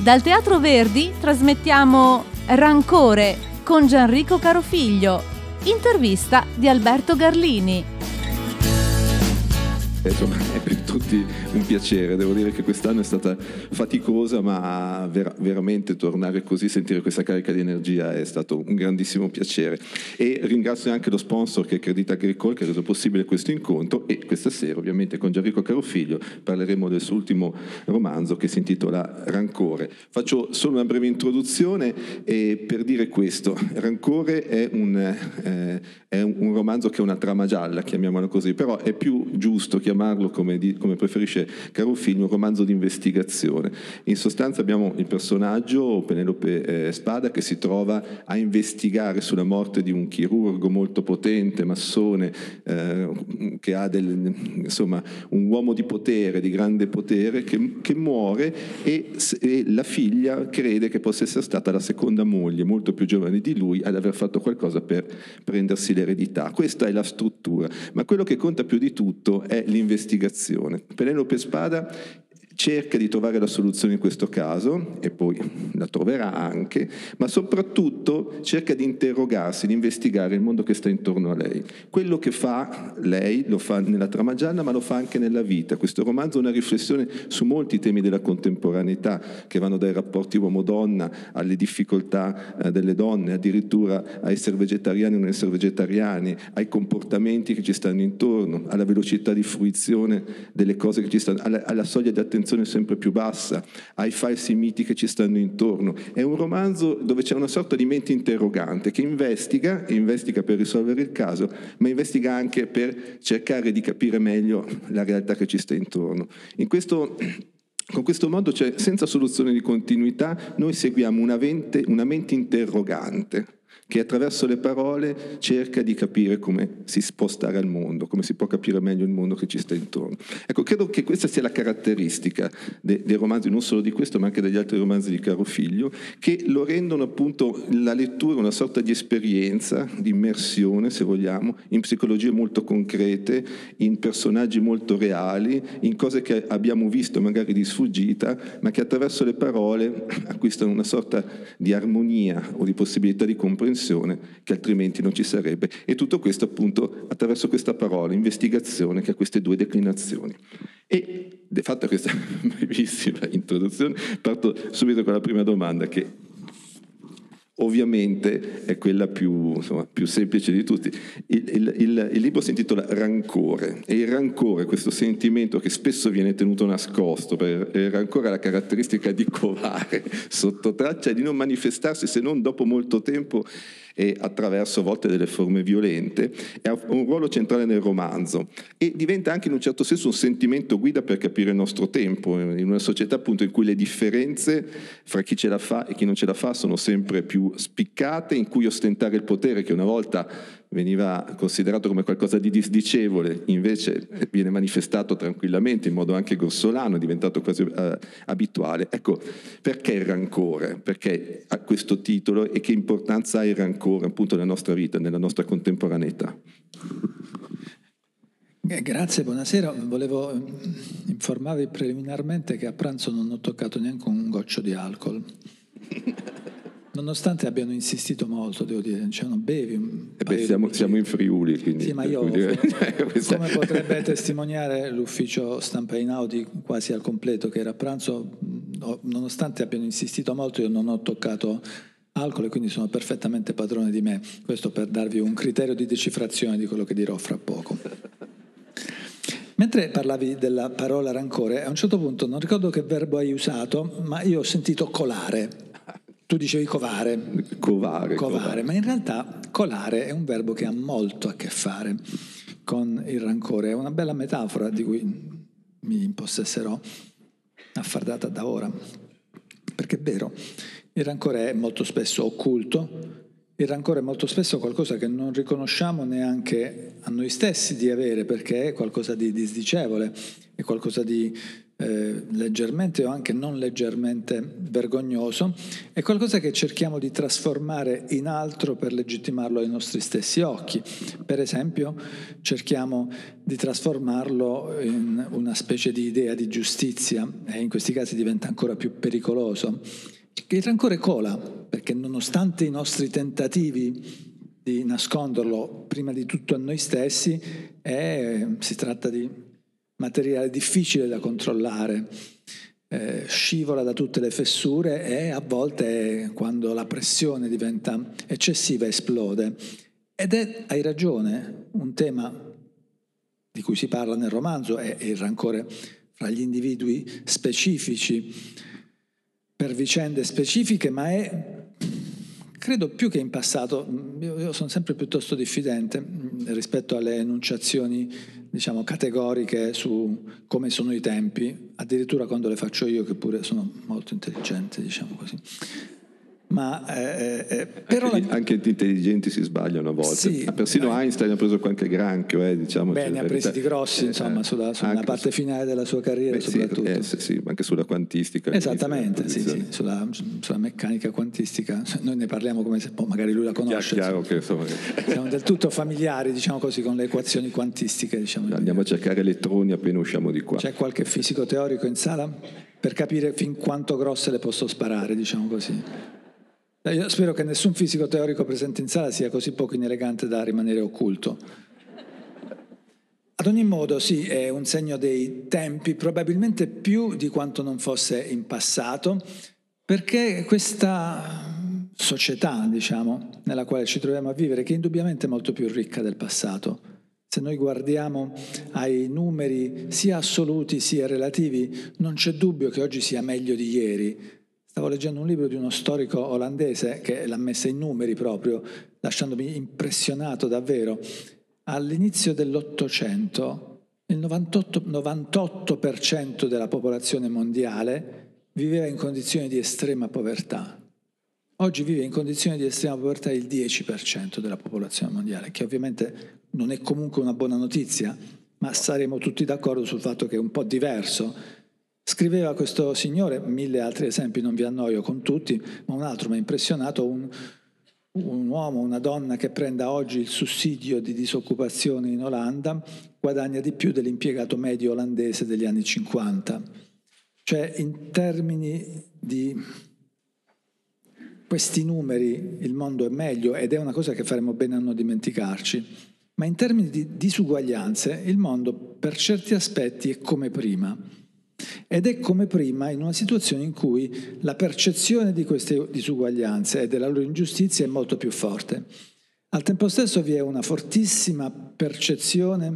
Dal Teatro Verdi trasmettiamo Rancore con Gianrico Carofiglio. Intervista di Alberto Garlini. Insomma, è per tutti un piacere. Devo dire che quest'anno è stata faticosa, ma veramente tornare così, sentire questa carica di energia è stato un grandissimo piacere. E ringrazio anche lo sponsor che è Crédit Agricole, che ha reso possibile questo incontro, e questa sera ovviamente con Gianrico Carofiglio parleremo del suo ultimo romanzo che si intitola Rancore. Faccio solo una breve introduzione per dire questo. Rancore è un romanzo che è una trama gialla, chiamiamola così, però è più giusto chiamarlo, come preferisce Carofiglio, un romanzo di investigazione. In sostanza abbiamo il personaggio Penelope Spada che si trova a investigare sulla morte di un chirurgo molto potente, massone, che ha un uomo di potere, di grande potere, che muore e la figlia crede che possa essere stata la seconda moglie, molto più giovane di lui, ad aver fatto qualcosa per prendersi l'eredità. Questa è la struttura, ma quello che conta più di tutto è l'investigazione. Penelope Spada cerca di trovare la soluzione in questo caso, e poi la troverà anche, ma soprattutto cerca di interrogarsi, di investigare il mondo che sta intorno a lei. Quello che fa lei lo fa nella trama gialla, ma lo fa anche nella vita. Questo romanzo è una riflessione su molti temi della contemporaneità, che vanno dai rapporti uomo-donna alle difficoltà delle donne, addirittura a essere vegetariani o non essere vegetariani, ai comportamenti che ci stanno intorno, alla velocità di fruizione delle cose che ci stanno, alla soglia di attenzione sempre più bassa, ai falsi miti che ci stanno intorno. È un romanzo dove c'è una sorta di mente interrogante che investiga per risolvere il caso, ma investiga anche per cercare di capire meglio la realtà che ci sta intorno. Con questo modo, cioè, senza soluzione di continuità, noi seguiamo una mente interrogante che attraverso le parole cerca di capire come si può stare al mondo, come si può capire meglio il mondo che ci sta intorno. Ecco, credo che questa sia la caratteristica dei romanzi, non solo di questo, ma anche degli altri romanzi di Carofiglio, che lo rendono appunto la lettura una sorta di esperienza, di immersione, se vogliamo, in psicologie molto concrete, in personaggi molto reali, in cose che abbiamo visto magari di sfuggita, ma che attraverso le parole acquistano una sorta di armonia o di possibilità di comprensione che altrimenti non ci sarebbe. E tutto questo appunto attraverso questa parola, investigazione, che ha queste due declinazioni. E fatta questa brevissima introduzione, parto subito con la prima domanda, che ovviamente è quella più semplice di tutti. Il libro si intitola Rancore, e il rancore, questo sentimento che spesso viene tenuto nascosto, perché il rancore ha la caratteristica di covare sotto traccia e di non manifestarsi se non dopo molto tempo e attraverso a volte delle forme violente, ha un ruolo centrale nel romanzo e diventa anche in un certo senso un sentimento guida per capire il nostro tempo, in una società appunto in cui le differenze fra chi ce la fa e chi non ce la fa sono sempre più spiccate, in cui ostentare il potere, che una volta veniva considerato come qualcosa di disdicevole, invece viene manifestato tranquillamente, in modo anche grossolano, è diventato quasi abituale. Ecco, perché il rancore? Perché ha questo titolo e che importanza ha il rancore appunto nella nostra vita, nella nostra contemporaneità? Grazie, buonasera. Volevo informarvi preliminarmente che a pranzo non ho toccato neanche un goccio di alcol. Nonostante abbiano insistito molto, devo dire, cioè non bevi. Siamo in Friuli, quindi. Sì, ma io, come potrebbe testimoniare l'ufficio stampa Einaudi quasi al completo, che era a pranzo, nonostante abbiano insistito molto, io non ho toccato alcol e quindi sono perfettamente padrone di me. Questo per darvi un criterio di decifrazione di quello che dirò fra poco. Mentre parlavi della parola rancore, a un certo punto, non ricordo che verbo hai usato, ma io ho sentito colare. Tu dicevi covare, ma in realtà colare è un verbo che ha molto a che fare con il rancore. È una bella metafora di cui mi impossesserò a far data da ora, perché è vero, il rancore è molto spesso occulto, il rancore è molto spesso qualcosa che non riconosciamo neanche a noi stessi di avere, perché è qualcosa di disdicevole, è qualcosa di leggermente o anche non leggermente vergognoso, è qualcosa che cerchiamo di trasformare in altro per legittimarlo ai nostri stessi occhi. Per esempio, cerchiamo di trasformarlo in una specie di idea di giustizia, e in questi casi diventa ancora più pericoloso. Il rancore cola, perché nonostante i nostri tentativi di nasconderlo prima di tutto a noi stessi, si tratta di materiale difficile da controllare, scivola da tutte le fessure e a volte, quando la pressione diventa eccessiva, esplode. Ed è, hai ragione, un tema di cui si parla nel romanzo è il rancore fra gli individui specifici per vicende specifiche, ma è, credo, più che in passato, io sono sempre piuttosto diffidente rispetto alle enunciazioni, diciamo, categoriche su come sono i tempi, addirittura quando le faccio io, che pure sono molto intelligente, diciamo così. Ma però anche gli intelligenti si sbagliano a volte. Sì, persino Einstein ha preso qualche granchio, diciamo. Beh, ne ha presi di grossi, insomma, sulla parte finale della sua carriera, soprattutto. Sì, anche sulla quantistica. Esattamente, sì, sulla meccanica quantistica. Noi ne parliamo come se magari lui la conosce. Chiaro che, insomma, siamo del tutto familiari, diciamo così, con le equazioni quantistiche. Diciamo. Andiamo a cercare elettroni appena usciamo di qua. C'è qualche fisico teorico in sala per capire fin quanto grosse le posso sparare, diciamo così. Io spero che nessun fisico teorico presente in sala sia così poco inelegante da rimanere occulto. Ad ogni modo, sì, è un segno dei tempi, probabilmente più di quanto non fosse in passato, perché questa società, diciamo, nella quale ci troviamo a vivere, che è indubbiamente molto più ricca del passato. Se noi guardiamo ai numeri sia assoluti sia relativi, non c'è dubbio che oggi sia meglio di ieri. Stavo leggendo un libro di uno storico olandese che l'ha messa in numeri proprio, lasciandomi impressionato davvero. All'inizio dell'Ottocento il 98% della popolazione mondiale viveva in condizioni di estrema povertà. Oggi vive in condizioni di estrema povertà il 10% della popolazione mondiale, che ovviamente non è comunque una buona notizia, ma saremo tutti d'accordo sul fatto che è un po' diverso. Scriveva questo signore, 1000 altri esempi, non vi annoio con tutti, ma un altro mi ha impressionato, un uomo, una donna che prenda oggi il sussidio di disoccupazione in Olanda guadagna di più dell'impiegato medio olandese degli anni 50. Cioè, in termini di questi numeri il mondo è meglio, ed è una cosa che faremo bene a non dimenticarci, ma in termini di disuguaglianze il mondo per certi aspetti è come prima. Ed è come prima in una situazione in cui la percezione di queste disuguaglianze e della loro ingiustizia è molto più forte. Al tempo stesso vi è una fortissima percezione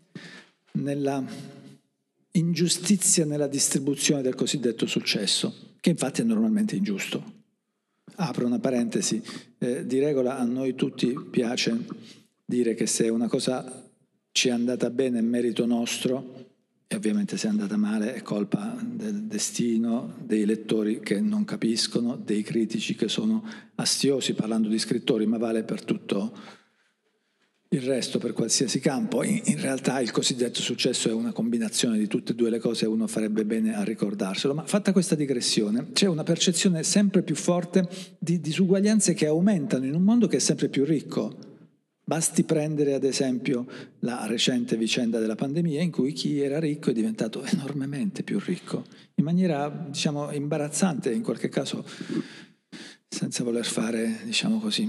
nella ingiustizia nella distribuzione del cosiddetto successo, che infatti è normalmente ingiusto. Apro una parentesi, di regola a noi tutti piace dire che se una cosa ci è andata bene è merito nostro, e ovviamente se è andata male è colpa del destino, dei lettori che non capiscono, dei critici che sono astiosi, parlando di scrittori, ma vale per tutto il resto, per qualsiasi campo. In realtà il cosiddetto successo è una combinazione di tutte e due le cose, uno farebbe bene a ricordarselo. Ma fatta questa digressione, c'è una percezione sempre più forte di disuguaglianze che aumentano in un mondo che è sempre più ricco. Basti prendere ad esempio la recente vicenda della pandemia, in cui chi era ricco è diventato enormemente più ricco, in maniera, diciamo, imbarazzante, in qualche caso, senza voler fare, diciamo così,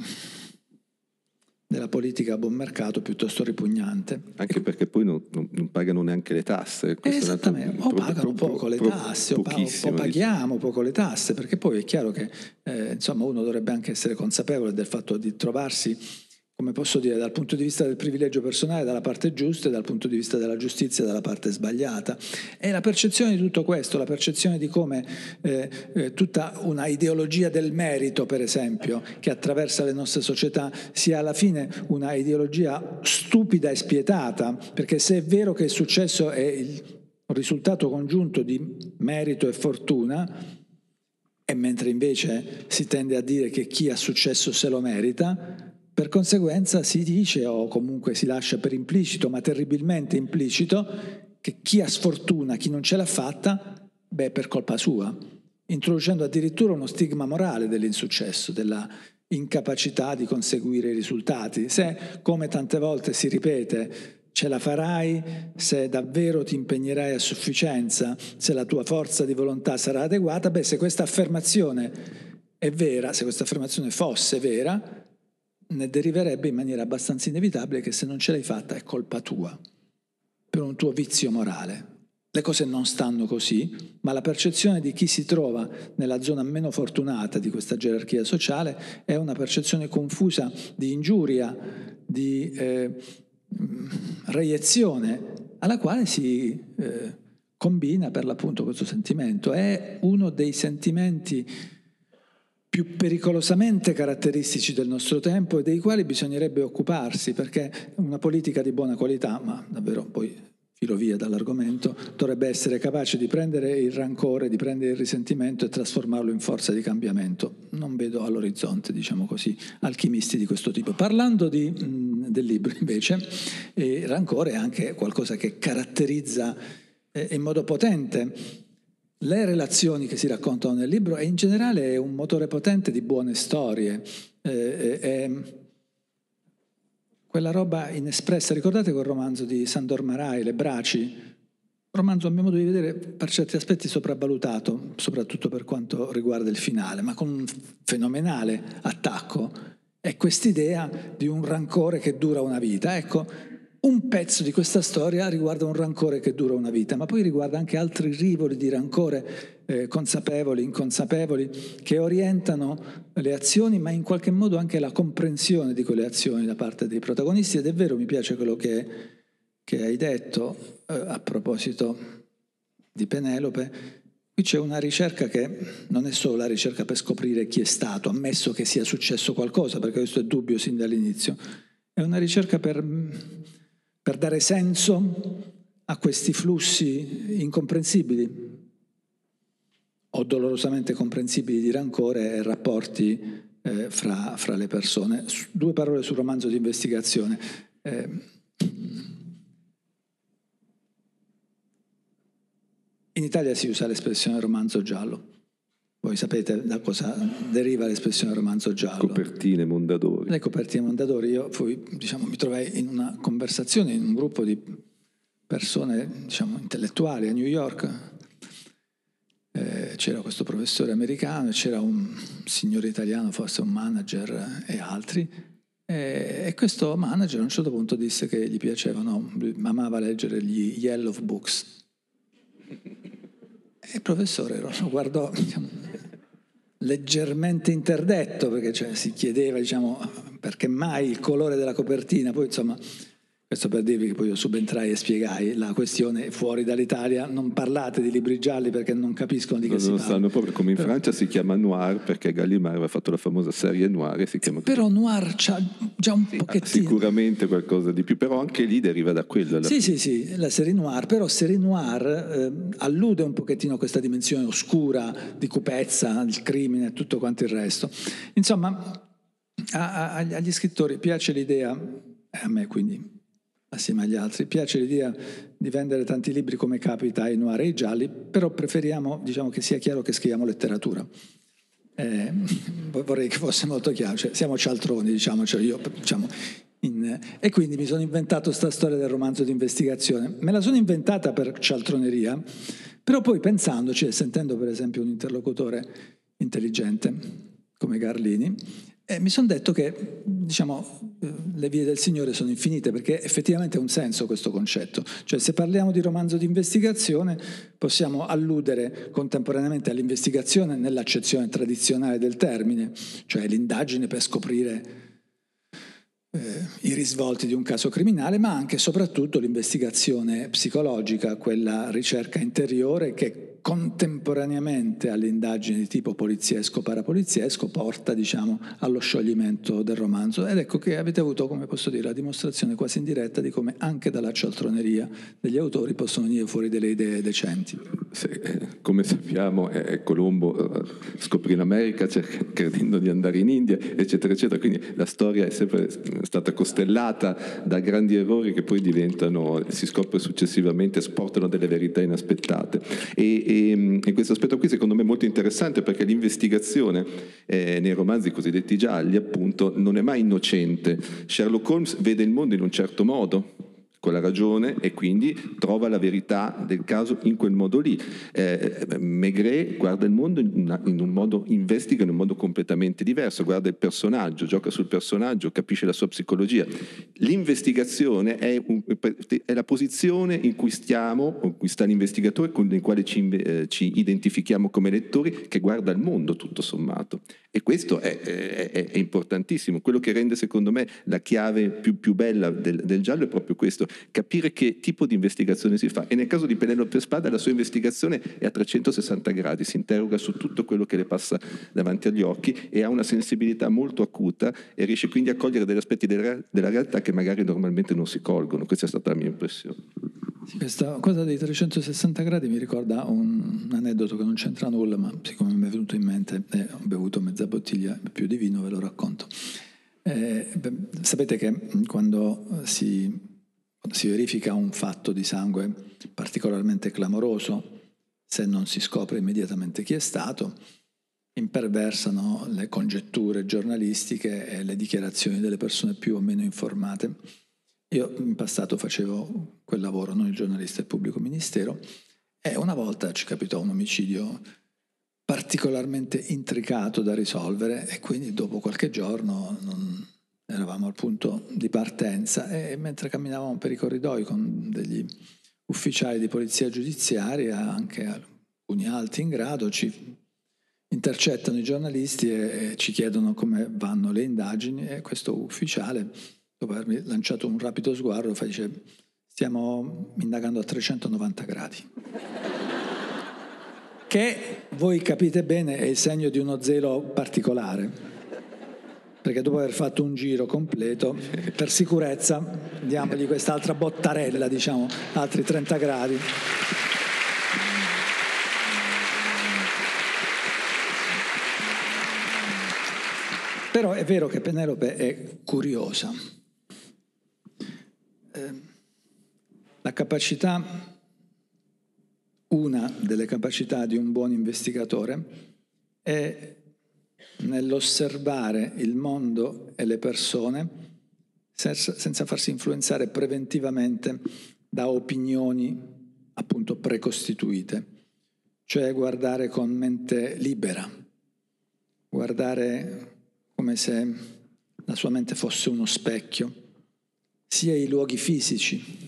della politica a buon mercato piuttosto ripugnante. Anche perché poi non pagano neanche le tasse. Esattamente, o pagano poco le tasse, o paghiamo poco le tasse, perché poi è chiaro che insomma uno dovrebbe anche essere consapevole del fatto di trovarsi, come posso dire, dal punto di vista del privilegio personale dalla parte giusta e dal punto di vista della giustizia dalla parte sbagliata. E la percezione di tutto questo, la percezione di come tutta una ideologia del merito, per esempio, che attraversa le nostre società, sia alla fine una ideologia stupida e spietata, perché se è vero che il successo è il risultato congiunto di merito e fortuna, e mentre invece si tende a dire che chi ha successo se lo merita, per conseguenza si dice, o comunque si lascia per implicito, ma terribilmente implicito, che chi ha sfortuna, chi non ce l'ha fatta, beh, per colpa sua, introducendo addirittura uno stigma morale dell'insuccesso, della incapacità di conseguire i risultati. Se, come tante volte si ripete, ce la farai se davvero ti impegnerai a sufficienza, se la tua forza di volontà sarà adeguata, beh, se questa affermazione è vera, se questa affermazione fosse vera, ne deriverebbe in maniera abbastanza inevitabile che se non ce l'hai fatta è colpa tua, per un tuo vizio morale. Le cose non stanno così, ma la percezione di chi si trova nella zona meno fortunata di questa gerarchia sociale è una percezione confusa di ingiuria, di reiezione, alla quale si combina per l'appunto questo sentimento. È uno dei sentimenti più pericolosamente caratteristici del nostro tempo e dei quali bisognerebbe occuparsi, perché una politica di buona qualità, ma davvero poi filo via dall'argomento, dovrebbe essere capace di prendere il rancore, di prendere il risentimento e trasformarlo in forza di cambiamento. Non vedo all'orizzonte, diciamo così, alchimisti di questo tipo. Parlando del libro, invece, il rancore è anche qualcosa che caratterizza in modo potente le relazioni che si raccontano nel libro e in generale è un motore potente di buone storie. Quella roba inespressa, ricordate quel romanzo di Sandor Marai, Le Braci? Romanzo a mio modo di vedere per certi aspetti sopravvalutato, soprattutto per quanto riguarda il finale, ma con un fenomenale attacco. È quest'idea di un rancore che dura una vita. Ecco, un pezzo di questa storia riguarda un rancore che dura una vita, ma poi riguarda anche altri rivoli di rancore consapevoli, inconsapevoli, che orientano le azioni, ma in qualche modo anche la comprensione di quelle azioni da parte dei protagonisti. Ed è vero, mi piace quello che hai detto a proposito di Penelope. Qui c'è una ricerca che non è solo la ricerca per scoprire chi è stato, ammesso che sia successo qualcosa, perché questo è dubbio sin dall'inizio, è una ricerca per dare senso a questi flussi incomprensibili o dolorosamente comprensibili di rancore e rapporti fra le persone. 2 parole sul romanzo di investigazione. In Italia si usa l'espressione romanzo giallo. Voi sapete da cosa deriva l'espressione romanzo giallo. Copertine Mondadori. Le copertine Mondadori. Io poi, mi trovai in una conversazione in un gruppo di persone, intellettuali a New York. C'era questo professore americano, c'era un signore italiano, forse un manager e altri. E questo manager a un certo punto disse che gli piacevano, amava leggere gli Yellow Books. E il professore lo guardò, leggermente interdetto, perché si chiedeva, perché mai il colore della copertina. Poi, questo per dirvi che poi io subentrai e spiegai la questione: fuori dall'Italia non parlate di libri gialli perché non capiscono di che si parla. Non sanno proprio, come in Francia si chiama noir perché Gallimard aveva fatto la famosa serie noir e si chiama così. Però noir c'ha già un pochettino. Sicuramente qualcosa di più, però anche lì deriva da quello. Sì, la serie noir, però serie noir allude un pochettino a questa dimensione oscura di cupezza, il crimine e tutto quanto il resto. Insomma, agli scrittori piace l'idea, a me quindi assieme agli altri, piace l'idea di vendere tanti libri come capita ai noir e ai gialli, però preferiamo, che sia chiaro che scriviamo letteratura. Vorrei che fosse molto chiaro, siamo cialtroni, e quindi mi sono inventato sta storia del romanzo di investigazione. Me la sono inventata per cialtroneria, però poi pensandoci e sentendo per esempio un interlocutore intelligente come Carlini, mi sono detto che le vie del Signore sono infinite, perché effettivamente ha un senso questo concetto. Cioè, se parliamo di romanzo di investigazione possiamo alludere contemporaneamente all'investigazione nell'accezione tradizionale del termine, cioè l'indagine per scoprire i risvolti di un caso criminale, ma anche e soprattutto l'investigazione psicologica, quella ricerca interiore che contemporaneamente all'indagine di tipo poliziesco, parapoliziesco, porta allo scioglimento del romanzo. Ed ecco che avete avuto, come posso dire, la dimostrazione quasi indiretta di come anche dalla cialtroneria degli autori possono venire fuori delle idee decenti. Come sappiamo, Colombo scoprì l'America credendo di andare in India, eccetera, eccetera. Quindi la storia è sempre stata costellata da grandi errori che poi si scopre successivamente, portano delle verità inaspettate. E questo aspetto qui secondo me è molto interessante, perché l'investigazione nei romanzi cosiddetti gialli appunto non è mai innocente. Sherlock Holmes vede il mondo in un certo modo, con la ragione, e quindi trova la verità del caso in quel modo lì. Maigret guarda il mondo in un modo, investiga in un modo completamente diverso, guarda il personaggio, gioca sul personaggio, capisce la sua psicologia. L'investigazione è la posizione in cui stiamo, in cui sta l'investigatore, con il quale ci identifichiamo come lettori, che guarda il mondo tutto sommato. E questo è importantissimo. Quello che rende secondo me la chiave più bella del giallo è proprio questo: capire che tipo di investigazione si fa. E nel caso di Penelope Spada la sua investigazione è a 360 gradi, si interroga su tutto quello che le passa davanti agli occhi e ha una sensibilità molto acuta, e riesce quindi a cogliere degli aspetti della realtà che magari normalmente non si colgono. Questa è stata la mia impressione. Questa cosa dei 360 gradi mi ricorda un aneddoto che non c'entra nulla, ma siccome mi è venuto in mente e ho bevuto mezza bottiglia più di vino, ve lo racconto. Sapete che quando si verifica un fatto di sangue particolarmente clamoroso, se non si scopre immediatamente chi è stato, imperversano le congetture giornalistiche e le dichiarazioni delle persone più o meno informate. Io in passato facevo quel lavoro, non il giornalista, il pubblico ministero, e una volta ci capitò un omicidio particolarmente intricato da risolvere, e quindi dopo qualche giorno eravamo al punto di partenza, e mentre camminavamo per i corridoi con degli ufficiali di polizia giudiziaria, anche alcuni alti in grado, ci intercettano i giornalisti e ci chiedono come vanno le indagini, e questo ufficiale, dopo avermi lanciato un rapido sguardo, dice: stiamo indagando a 390 gradi. Che voi capite bene è il segno di uno zelo particolare, perché dopo aver fatto un giro completo, per sicurezza diamogli quest'altra bottarella, diciamo, altri 30 gradi. Però è vero che Penelope è curiosa. La capacità, una delle capacità di un buon investigatore, è nell'osservare il mondo e le persone senza farsi influenzare preventivamente da opinioni appunto precostituite, cioè guardare con mente libera, guardare come se la sua mente fosse uno specchio, sia i luoghi fisici,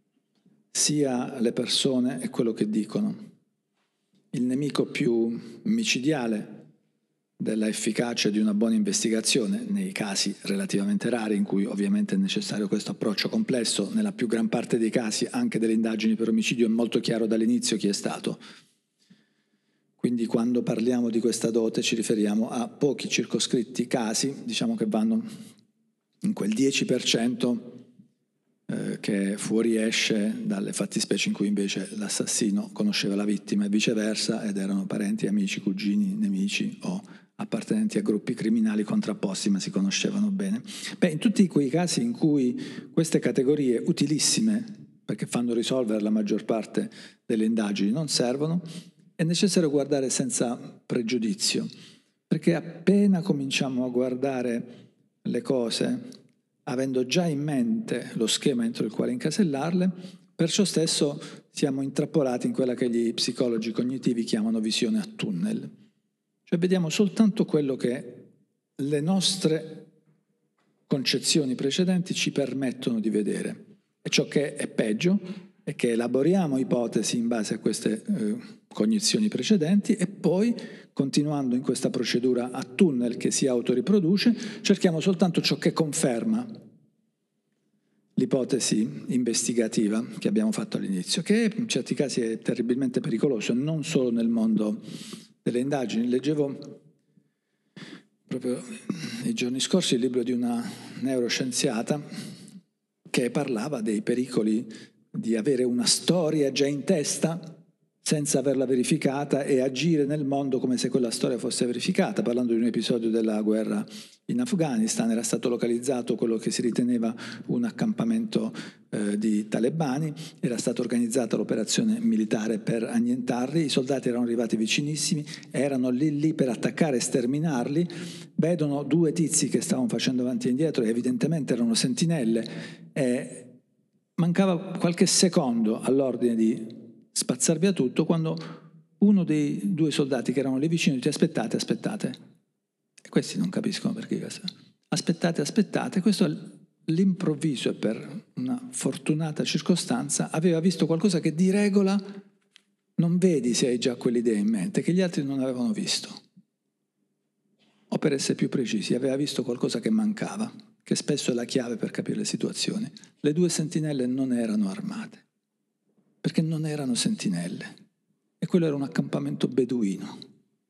sia le persone e quello che dicono. Il nemico più micidiale della efficacia di una buona investigazione, nei casi relativamente rari in cui ovviamente è necessario questo approccio complesso, nella più gran parte dei casi anche delle indagini per omicidio è molto chiaro dall'inizio chi è stato. Quindi quando parliamo di questa dote ci riferiamo a pochi circoscritti casi, diciamo che vanno in quel 10% che fuoriesce dalle fattispecie in cui invece l'assassino conosceva la vittima e viceversa, ed erano parenti, amici, cugini, nemici o appartenenti a gruppi criminali contrapposti ma si conoscevano bene. In tutti quei casi in cui queste categorie utilissime, perché fanno risolvere la maggior parte delle indagini, non servono, è necessario guardare senza pregiudizio, perché appena cominciamo a guardare le cose avendo già in mente lo schema entro il quale incasellarle, per ciò stesso siamo intrappolati in quella che gli psicologi cognitivi chiamano visione a tunnel. Cioè vediamo soltanto quello che le nostre concezioni precedenti ci permettono di vedere. E ciò che è peggio è che elaboriamo ipotesi in base a queste cognizioni precedenti e poi, continuando in questa procedura a tunnel che si autoriproduce, cerchiamo soltanto ciò che conferma l'ipotesi investigativa che abbiamo fatto all'inizio, che in certi casi è terribilmente pericoloso, non solo nel mondo delle indagini. Leggevo proprio nei giorni scorsi il libro di una neuroscienziata che parlava dei pericoli di avere una storia già in testa senza averla verificata e agire nel mondo come se quella storia fosse verificata, parlando di un episodio della guerra in Afghanistan. Era stato localizzato quello che si riteneva un accampamento di talebani, era stata organizzata l'operazione militare per annientarli, i soldati erano arrivati vicinissimi, erano lì per attaccare e sterminarli, vedono due tizi che stavano facendo avanti e indietro e evidentemente erano sentinelle, e mancava qualche secondo all'ordine di spazzar via tutto, quando uno dei due soldati che erano lì vicino dice: aspettate. E questi non capiscono perché. Aspettate. Questo all'improvviso e per una fortunata circostanza aveva visto qualcosa che di regola non vedi se hai già quell'idea in mente, che gli altri non avevano visto. O per essere più precisi, aveva visto qualcosa che mancava, che spesso è la chiave per capire le situazioni. Le due sentinelle non erano armate, perché non erano sentinelle, e quello era un accampamento beduino.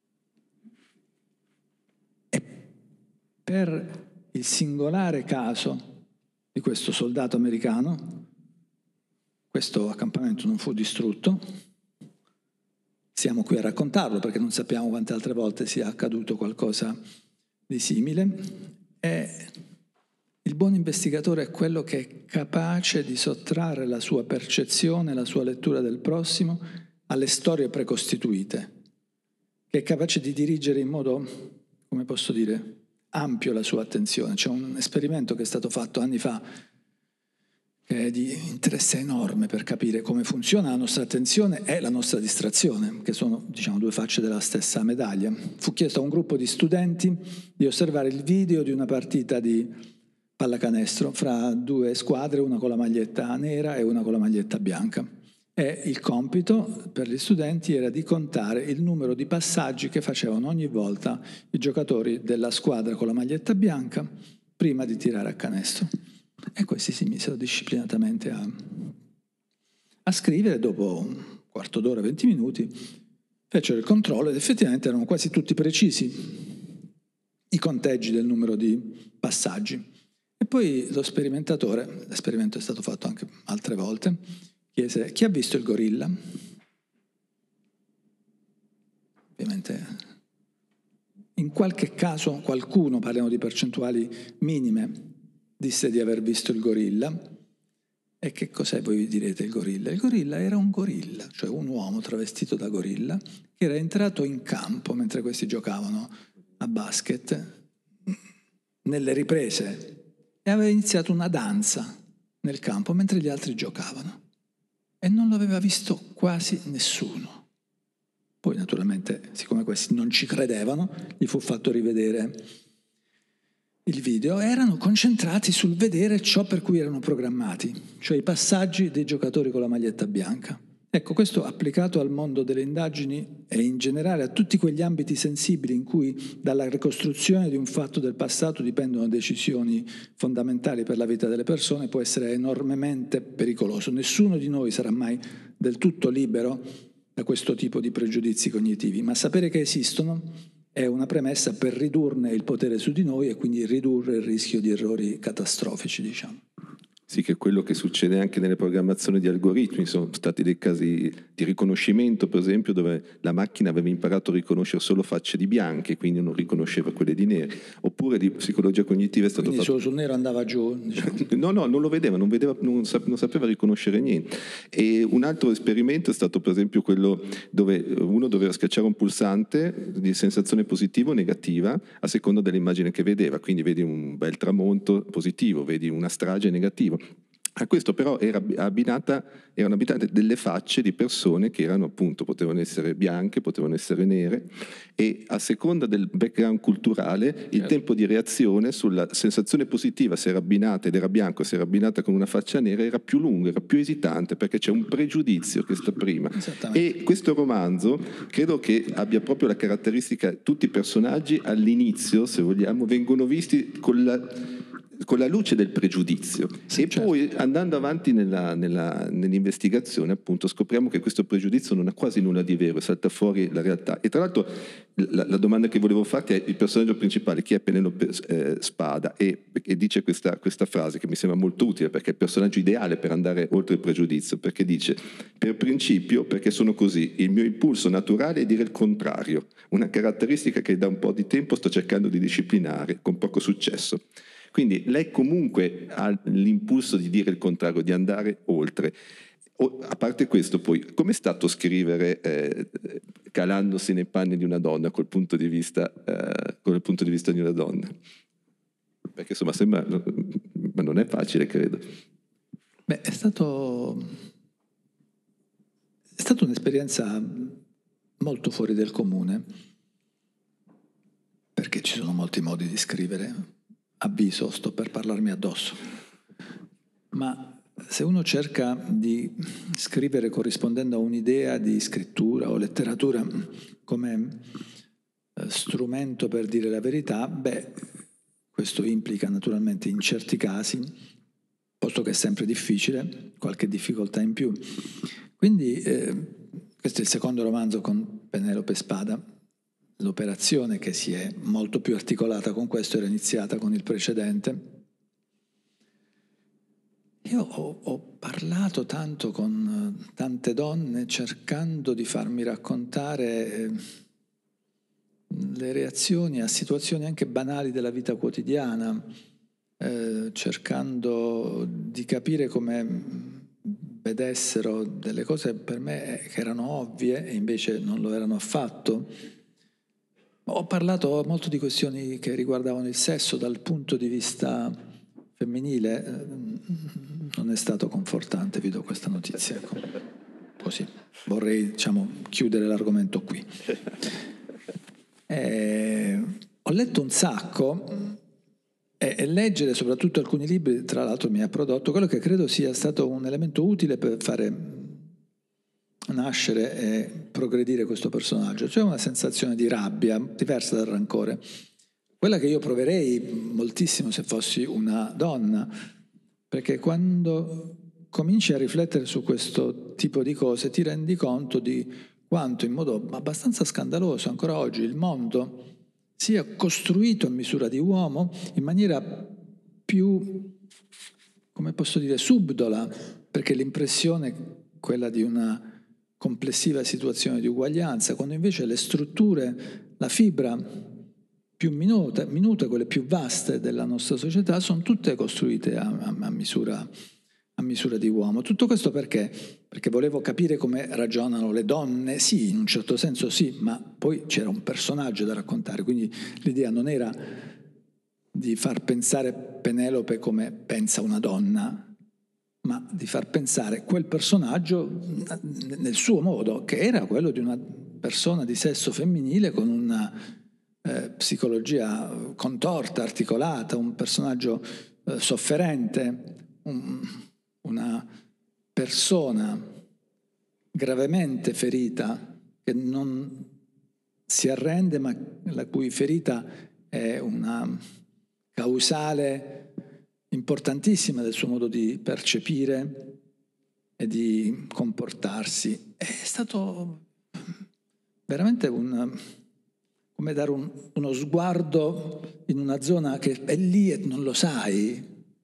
E per il singolare caso di questo soldato americano, questo accampamento non fu distrutto. Siamo qui a raccontarlo perché non sappiamo quante altre volte sia accaduto qualcosa di simile, e il buon investigatore è quello che è capace di sottrarre la sua percezione, la sua lettura del prossimo alle storie precostituite, che è capace di dirigere in modo, come posso dire, ampio la sua attenzione. C'è un esperimento che è stato fatto anni fa che è di interesse enorme per capire come funziona la nostra attenzione e la nostra distrazione, che sono, diciamo, due facce della stessa medaglia. Fu chiesto a un gruppo di studenti di osservare il video di una partita di pallacanestro fra due squadre, una con la maglietta nera e una con la maglietta bianca. E il compito per gli studenti era di contare il numero di passaggi che facevano ogni volta i giocatori della squadra con la maglietta bianca prima di tirare a canestro. E questi si misero disciplinatamente a scrivere. Dopo un quarto d'ora, 20 minuti, fecero il controllo ed effettivamente erano quasi tutti precisi i conteggi del numero di passaggi. E poi lo sperimentatore, l'esperimento è stato fatto anche altre volte, chiese: chi ha visto il gorilla? Ovviamente in qualche caso qualcuno, parliamo di percentuali minime, disse di aver visto il gorilla. E che cos'è, voi vi direte, il gorilla? Il gorilla era un gorilla, cioè un uomo travestito da gorilla, che era entrato in campo mentre questi giocavano a basket, nelle riprese, e aveva iniziato una danza nel campo mentre gli altri giocavano. E non lo aveva visto quasi nessuno. Poi naturalmente, siccome questi non ci credevano, gli fu fatto rivedere il video. Erano concentrati sul vedere ciò per cui erano programmati, cioè i passaggi dei giocatori con la maglietta bianca. Ecco, questo applicato al mondo delle indagini e in generale a tutti quegli ambiti sensibili in cui dalla ricostruzione di un fatto del passato dipendono decisioni fondamentali per la vita delle persone, può essere enormemente pericoloso. Nessuno di noi sarà mai del tutto libero da questo tipo di pregiudizi cognitivi, ma sapere che esistono è una premessa per ridurne il potere su di noi e quindi ridurre il rischio di errori catastrofici, diciamo. Sì, che è quello che succede anche nelle programmazioni di algoritmi. Sono stati dei casi di riconoscimento, per esempio, dove la macchina aveva imparato a riconoscere solo facce di bianche, quindi non riconosceva quelle di neri. Oppure di psicologia cognitiva è stato quindi fatto... sul nero andava giù, diciamo. No, non lo vedeva, non sapeva riconoscere niente. E un altro esperimento è stato, per esempio, quello dove uno doveva schiacciare un pulsante di sensazione positiva o negativa a seconda dell'immagine che vedeva. Quindi vedi un bel tramonto positivo, vedi una strage negativa. A questo però erano abbinate delle facce di persone che erano, appunto, potevano essere bianche, potevano essere nere, e a seconda del background culturale il tempo di reazione sulla sensazione positiva, se era abbinata ed era bianco, se era abbinata con una faccia nera, era più lungo, era più esitante, perché c'è un pregiudizio che sta prima. E questo romanzo credo che abbia proprio la caratteristica, tutti i personaggi all'inizio, se vogliamo, vengono visti con con la luce del pregiudizio. Sì, e certo. Poi andando avanti nell'investigazione, appunto, scopriamo che questo pregiudizio non ha quasi nulla di vero, salta fuori la realtà. E tra l'altro la domanda che volevo farti è: il personaggio principale, chi è Penelope Spada, e dice questa frase che mi sembra molto utile, perché è il personaggio ideale per andare oltre il pregiudizio, perché dice: per principio, perché sono così, il mio impulso naturale è dire il contrario, una caratteristica che da un po' di tempo sto cercando di disciplinare con poco successo. Quindi lei comunque ha l'impulso di dire il contrario, di andare oltre. A parte questo, poi, com'è stato scrivere calandosi nei panni di una donna col punto di vista di una donna? Perché insomma sembra, ma non è facile, credo. Beh, è stata un'esperienza molto fuori del comune, perché ci sono molti modi di scrivere. Avviso, sto per parlarmi addosso. Ma se uno cerca di scrivere corrispondendo a un'idea di scrittura o letteratura come strumento per dire la verità, beh, questo implica naturalmente in certi casi, posto che è sempre difficile, qualche difficoltà in più. Quindi questo è il secondo romanzo con Penelope Spada. L'operazione, che si è molto più articolata con questo, era iniziata con il precedente. Io ho parlato tanto con tante donne cercando di farmi raccontare le reazioni a situazioni anche banali della vita quotidiana, cercando di capire come vedessero delle cose per me che erano ovvie e invece non lo erano affatto. Ho parlato molto di questioni che riguardavano il sesso dal punto di vista femminile. Non è stato confortante, vi do questa notizia. Ecco. Così. Vorrei, chiudere l'argomento qui. Ho letto un sacco e leggere soprattutto alcuni libri, tra l'altro, mi ha prodotto quello che credo sia stato un elemento utile per fare nascere e progredire questo personaggio, cioè una sensazione di rabbia diversa dal rancore, quella che io proverei moltissimo se fossi una donna, perché quando cominci a riflettere su questo tipo di cose ti rendi conto di quanto, in modo abbastanza scandaloso ancora oggi, il mondo sia costruito a misura di uomo in maniera più, come posso dire, subdola, perché l'impressione è quella di una complessiva situazione di uguaglianza, quando invece le strutture, la fibra più minute, quelle più vaste della nostra società, sono tutte costruite a misura di uomo. Tutto questo perché? Perché volevo capire come ragionano le donne. Sì, in un certo senso sì, ma poi c'era un personaggio da raccontare, quindi l'idea non era di far pensare Penelope come pensa una donna, ma di far pensare quel personaggio nel suo modo, che era quello di una persona di sesso femminile con una psicologia contorta, articolata, un personaggio sofferente, una persona gravemente ferita, che non si arrende, ma la cui ferita è una causale importantissima del suo modo di percepire e di comportarsi. È stato veramente come dare uno sguardo in una zona che è lì e non lo sai.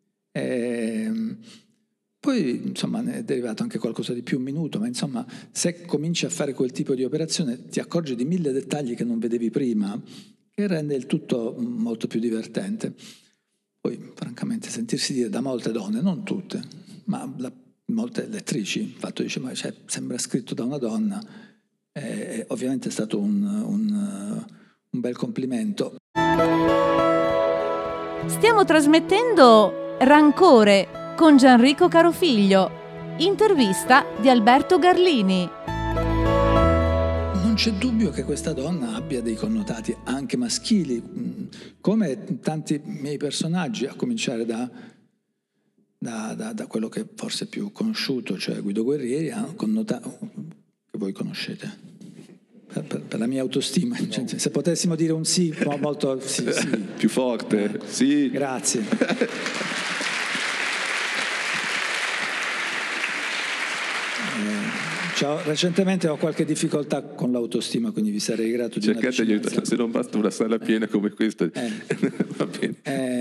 Poi, insomma, ne è derivato anche qualcosa di più minuto, ma insomma, se cominci a fare quel tipo di operazione ti accorgi di 1000 dettagli che non vedevi prima, che rende il tutto molto più divertente. Poi, francamente, sentirsi dire da molte donne, non tutte, ma molte lettrici, il fatto dice, ma sembra scritto da una donna, ovviamente è stato un bel complimento. Stiamo trasmettendo Rancore con Gianrico Carofiglio, intervista di Alberto Garlini. Non c'è dubbio che questa donna abbia dei connotati anche maschili, come tanti miei personaggi, a cominciare da quello che forse è più conosciuto, cioè Guido Guerrieri, ha un connotato che voi conoscete. per la mia autostima. No. Cioè, se potessimo dire un sì, molto sì. Più forte, sì. Grazie. Recentemente ho qualche difficoltà con l'autostima, quindi vi sarei grato di cercate di aiutare, se non basta una sala piena come questa. Va bene.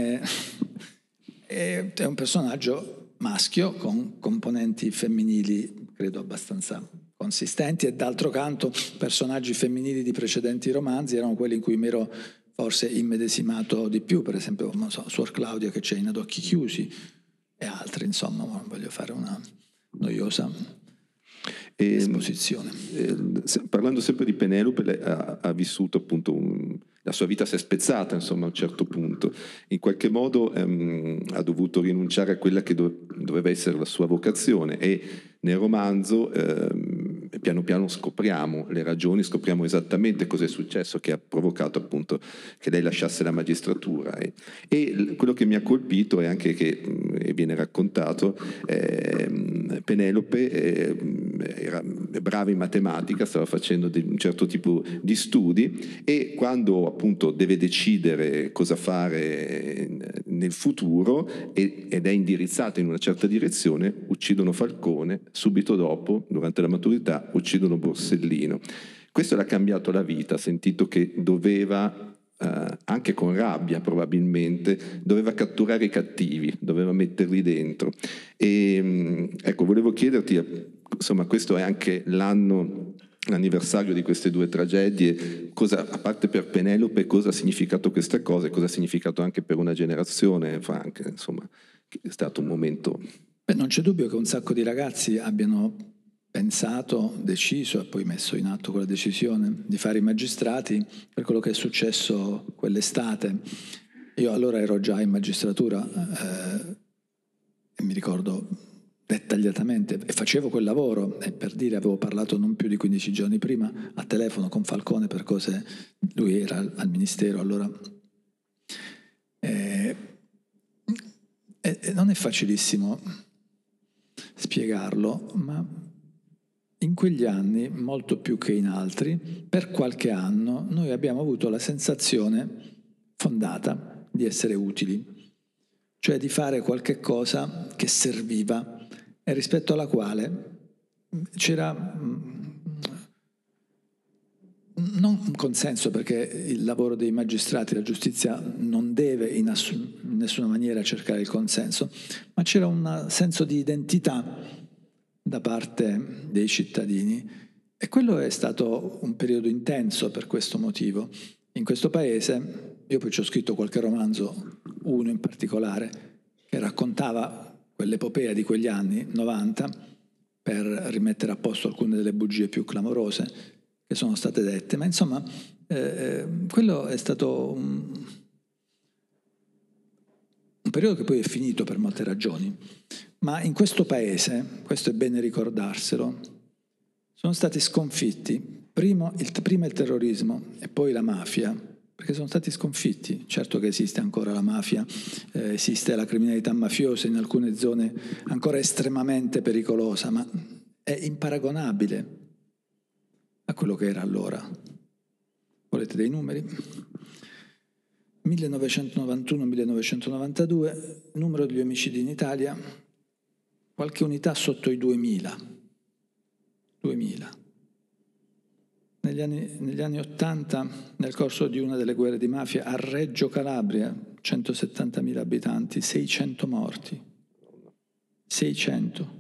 È un personaggio maschio con componenti femminili, credo abbastanza consistenti, e d'altro canto personaggi femminili di precedenti romanzi erano quelli in cui mi ero forse immedesimato di più, per esempio Suor Claudia che c'è in Ad occhi chiusi e altri, insomma, non voglio fare una noiosa esposizione. Parlando sempre di Penelope, lei ha vissuto appunto la sua vita si è spezzata, insomma, a un certo punto. In qualche modo ha dovuto rinunciare a quella che doveva essere la sua vocazione, e nel romanzo piano piano scopriamo le ragioni, scopriamo esattamente cosa è successo che ha provocato appunto che lei lasciasse la magistratura, e quello che mi ha colpito è anche che viene raccontato Penelope era brava in matematica, stava facendo un certo tipo di studi, e quando appunto deve decidere cosa fare nel futuro ed è indirizzata in una certa direzione, uccidono Falcone, subito dopo, durante la maturità, uccidono Borsellino. Questo le ha cambiato la vita, ha sentito che doveva, anche con rabbia probabilmente, doveva catturare i cattivi, doveva metterli dentro. E ecco, volevo chiederti, insomma, questo è anche l'anniversario di queste due tragedie, cosa, a parte per Penelope, cosa ha significato questa cosa e cosa ha significato anche per una generazione, Frank, insomma, è stato un momento... Non c'è dubbio che un sacco di ragazzi abbiano pensato, deciso e poi messo in atto quella decisione di fare i magistrati per quello che è successo quell'estate. Io allora ero già in magistratura e mi ricordo dettagliatamente, e facevo quel lavoro, e per dire avevo parlato non più di 15 giorni prima a telefono con Falcone per cose, lui era al ministero allora, e non è facilissimo spiegarlo, ma in quegli anni, molto più che in altri, per qualche anno noi abbiamo avuto la sensazione fondata di essere utili, cioè di fare qualche cosa che serviva e rispetto alla quale c'era non un consenso, perché il lavoro dei magistrati, la giustizia non deve in nessuna maniera cercare il consenso, ma c'era un senso di identità da parte dei cittadini, e quello è stato un periodo intenso per questo motivo. In questo paese, io poi ci ho scritto qualche romanzo, uno in particolare, che raccontava quell'epopea di quegli anni 90 per rimettere a posto alcune delle bugie più clamorose che sono state dette, ma insomma quello è stato un periodo che poi è finito per molte ragioni, ma in questo paese, questo è bene ricordarselo, sono stati sconfitti prima il terrorismo e poi la mafia, perché sono stati sconfitti. Certo che esiste ancora la mafia, esiste la criminalità mafiosa in alcune zone ancora estremamente pericolosa, ma è imparagonabile a quello che era allora. Volete dei numeri? 1991-1992, numero degli omicidi in Italia, qualche unità sotto i 2000. Negli anni 80, nel corso di una delle guerre di mafia, a Reggio Calabria, 170.000 abitanti, 600 morti. 600.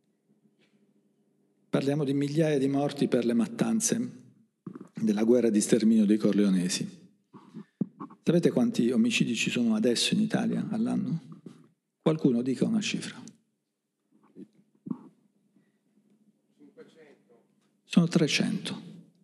Parliamo di migliaia di morti per le mattanze della guerra di sterminio dei corleonesi. Sapete quanti omicidi ci sono adesso in Italia all'anno? Qualcuno dica una cifra. Sono 300.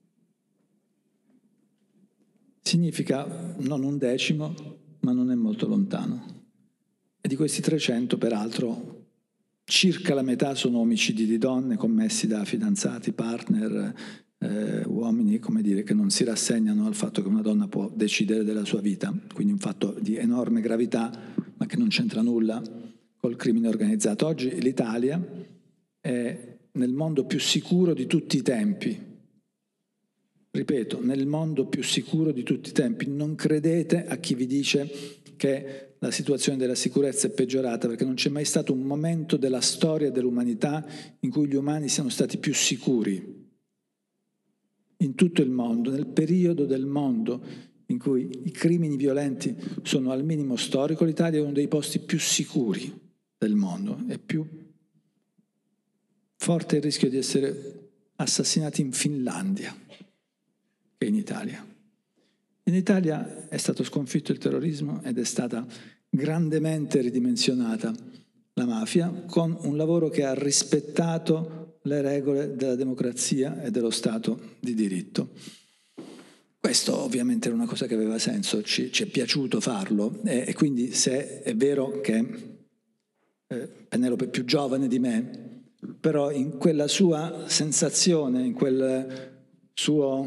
Significa non un decimo, ma non è molto lontano. E di questi 300, peraltro, circa la metà sono omicidi di donne commessi da fidanzati, partner, uomini, come dire, che non si rassegnano al fatto che una donna può decidere della sua vita, quindi un fatto di enorme gravità, ma che non c'entra nulla col crimine organizzato. Oggi l'Italia è nel mondo più sicuro di tutti i tempi. ripeto, nel mondo più sicuro di tutti i tempi. Non credete a chi vi dice che la situazione della sicurezza è peggiorata, perché non c'è mai stato un momento della storia dell'umanità in cui gli umani siano stati più sicuri. In tutto il mondo, nel periodo del mondo in cui i crimini violenti sono al minimo storico, l'Italia è uno dei posti più sicuri del mondo. È più forte il rischio di essere assassinati in Finlandia che in Italia. In Italia è stato sconfitto il terrorismo ed è stata grandemente ridimensionata la mafia, con un lavoro che ha rispettato le regole della democrazia e dello Stato di diritto. Questo ovviamente era una cosa che aveva senso, ci è piaciuto farlo, e quindi se è vero che Penelope è più giovane di me, però in quella sua sensazione, in quel suo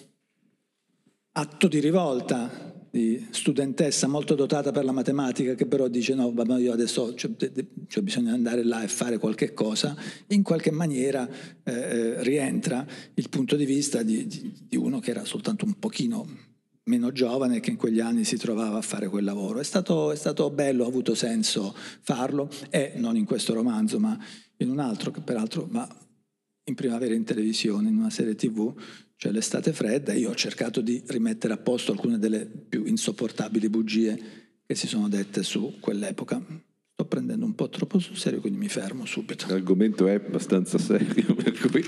atto di rivolta di studentessa molto dotata per la matematica, che però dice no, ma io adesso c'ho bisogno di andare là e fare qualche cosa, in qualche maniera rientra il punto di vista di uno che era soltanto un pochino meno giovane e che in quegli anni si trovava a fare quel lavoro. È stato bello, ha avuto senso farlo, e non in questo romanzo ma in un altro, che peraltro va in primavera in televisione, in una serie TV, cioè L'estate fredda. Io ho cercato di rimettere a posto alcune delle più insopportabili bugie che si sono dette su quell'epoca. Sto prendendo un po' troppo sul serio, quindi mi fermo subito. L'argomento è abbastanza serio, per cui...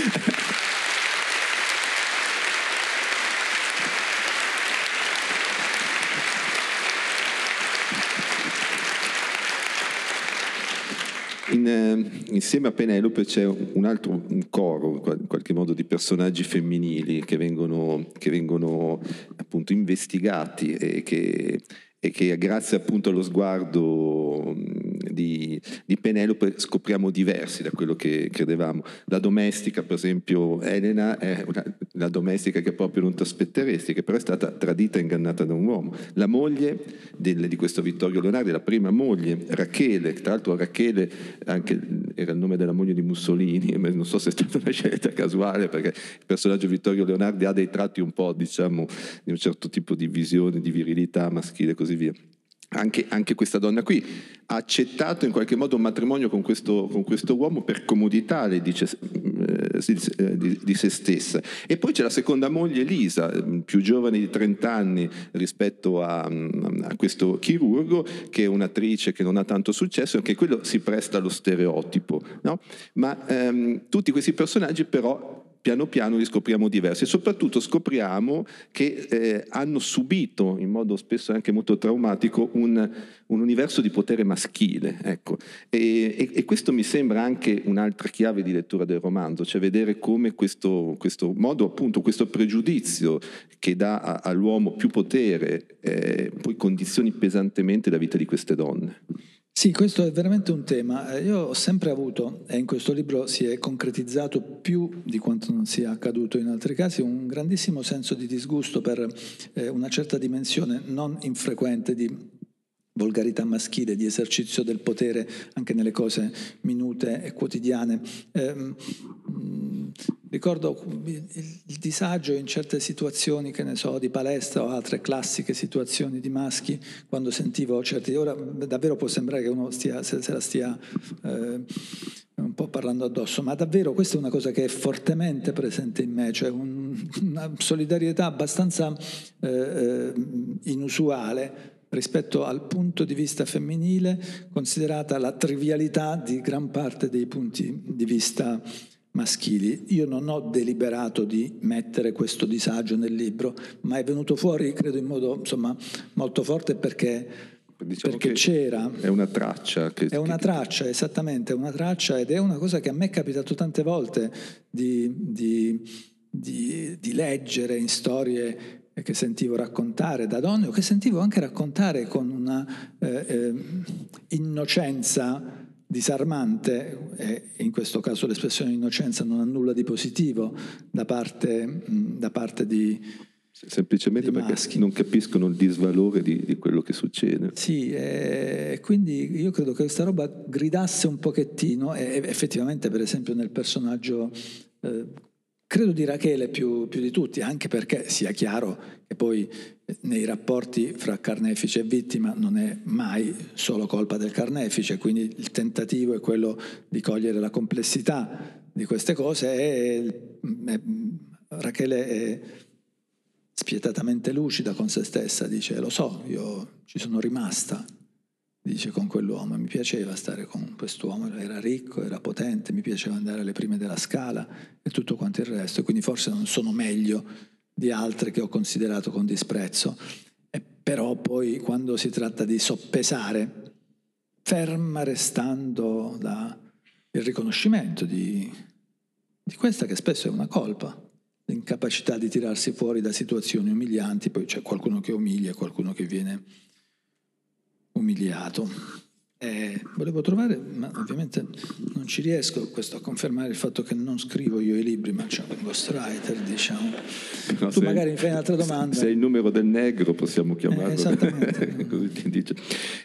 Insieme a Penelope c'è un coro in qualche modo di personaggi femminili che vengono appunto investigati e che grazie appunto allo sguardo di Penelope scopriamo diversi da quello che credevamo. La domestica, per esempio, Elena è una domestica che proprio non ti aspetteresti, che però è stata tradita e ingannata da un uomo. La moglie di questo Vittorio Leonardi, la prima moglie, Rachele, tra l'altro Rachele anche era il nome della moglie di Mussolini, ma non so se è stata una scelta casuale, perché il personaggio Vittorio Leonardi ha dei tratti un po', diciamo, di un certo tipo di visione, di virilità maschile e così via. Anche questa donna qui ha accettato in qualche modo un matrimonio con questo uomo per comodità, lei dice, di se stessa. E poi c'è la seconda moglie, Elisa, più giovane di 30 anni rispetto a questo chirurgo, che è un'attrice che non ha tanto successo, anche quello si presta allo stereotipo, no? Ma tutti questi personaggi però piano piano li scopriamo diversi, e soprattutto scopriamo che hanno subito in modo spesso anche molto traumatico un universo di potere maschile, ecco. E questo mi sembra anche un'altra chiave di lettura del romanzo, cioè vedere come questo modo, appunto, questo pregiudizio che dà all'uomo più potere poi condizioni pesantemente la vita di queste donne. Sì, questo è veramente un tema. Io ho sempre avuto, e in questo libro si è concretizzato più di quanto non sia accaduto in altri casi, un grandissimo senso di disgusto per una certa dimensione non infrequente di volgarità maschile, di esercizio del potere anche nelle cose minute e quotidiane. Ricordo il disagio in certe situazioni, che ne so, di palestra o altre classiche situazioni di maschi, quando sentivo certi... Ora davvero può sembrare che uno se la stia un po' parlando addosso, ma davvero questa è una cosa che è fortemente presente in me, cioè una solidarietà abbastanza inusuale rispetto al punto di vista femminile, considerata la trivialità di gran parte dei punti di vista maschili. Io non ho deliberato di mettere questo disagio nel libro, ma è venuto fuori, credo, in modo molto forte perché c'era. È una traccia. È una traccia, esattamente, è una traccia, ed è una cosa che a me è capitato tante volte di leggere in storie che sentivo raccontare da donne, o che sentivo anche raccontare con una innocenza disarmante, e in questo caso l'espressione innocenza non ha nulla di positivo da parte di semplicemente perché maschi. Non capiscono il disvalore di quello che succede. Sì, quindi io credo che questa roba gridasse un pochettino, e effettivamente per esempio nel personaggio credo di Rachele più di tutti, anche perché sia chiaro che poi nei rapporti fra carnefice e vittima non è mai solo colpa del carnefice, quindi il tentativo è quello di cogliere la complessità di queste cose. Rachele è spietatamente lucida con se stessa, dice: lo so, io ci sono rimasta, dice, con quell'uomo, mi piaceva stare con quest'uomo, era ricco, era potente, mi piaceva andare alle prime della Scala e tutto quanto il resto, e quindi forse non sono meglio di altre che ho considerato con disprezzo. Però poi quando si tratta di soppesare, ferma restando il riconoscimento di questa che spesso è una colpa, l'incapacità di tirarsi fuori da situazioni umilianti. Poi c'è qualcuno che umilia e qualcuno che viene umiliato. Volevo trovare, ma ovviamente non ci riesco, questo a confermare il fatto che non scrivo io i libri, ma c'è un ghostwriter, diciamo. No, tu magari mi fai un'altra domanda. Se è il numero del negro possiamo chiamarlo. Esattamente. Così ti dice.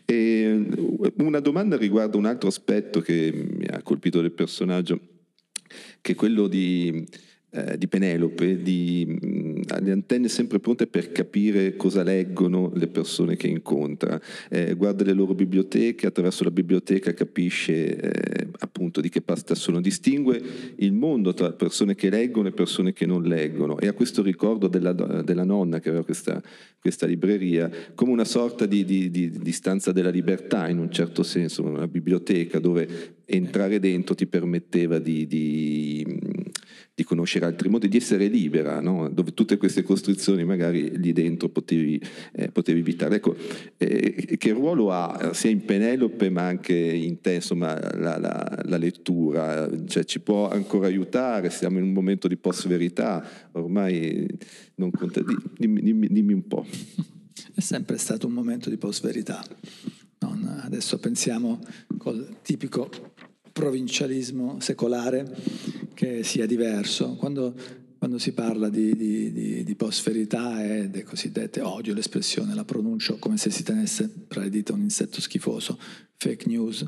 Una domanda riguarda un altro aspetto che mi ha colpito del personaggio, che è quello di Penelope, ha le antenne sempre pronte per capire cosa leggono le persone che incontra, guarda le loro biblioteche, attraverso la biblioteca capisce appunto di che pasta sono, distingue il mondo tra persone che leggono e persone che non leggono, e ha questo ricordo della nonna che aveva questa libreria come una sorta di stanza della libertà, in un certo senso, una biblioteca dove entrare dentro ti permetteva di conoscere altri modi, di essere libera, no? Dove tutte queste costruzioni magari lì dentro potevi evitare. Ecco, che ruolo ha sia in Penelope ma anche in te, insomma, la lettura? Cioè, ci può ancora aiutare? Siamo in un momento di post-verità, ormai non conta. Dimmi un po'. È sempre stato un momento di post-verità. Adesso pensiamo col tipico provincialismo secolare che sia diverso. Quando si parla di post-verità e delle cosiddette, odio l'espressione, la pronuncio come se si tenesse tra le dita un insetto schifoso, fake news,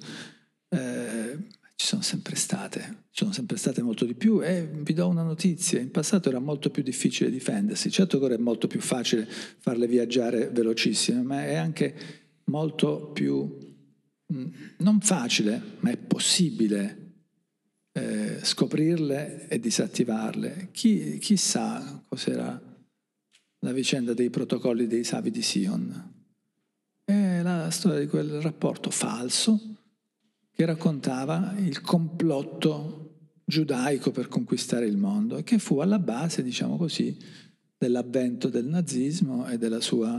ci sono sempre state molto di più. E vi do una notizia: in passato era molto più difficile difendersi. Certo che ora è molto più facile farle viaggiare velocissime, ma è anche molto più non facile, ma è possibile scoprirle e disattivarle. Chi sa cos'era la vicenda dei protocolli dei Savi di Sion? È la storia di quel rapporto falso che raccontava il complotto giudaico per conquistare il mondo e che fu alla base, diciamo così, dell'avvento del nazismo e della sua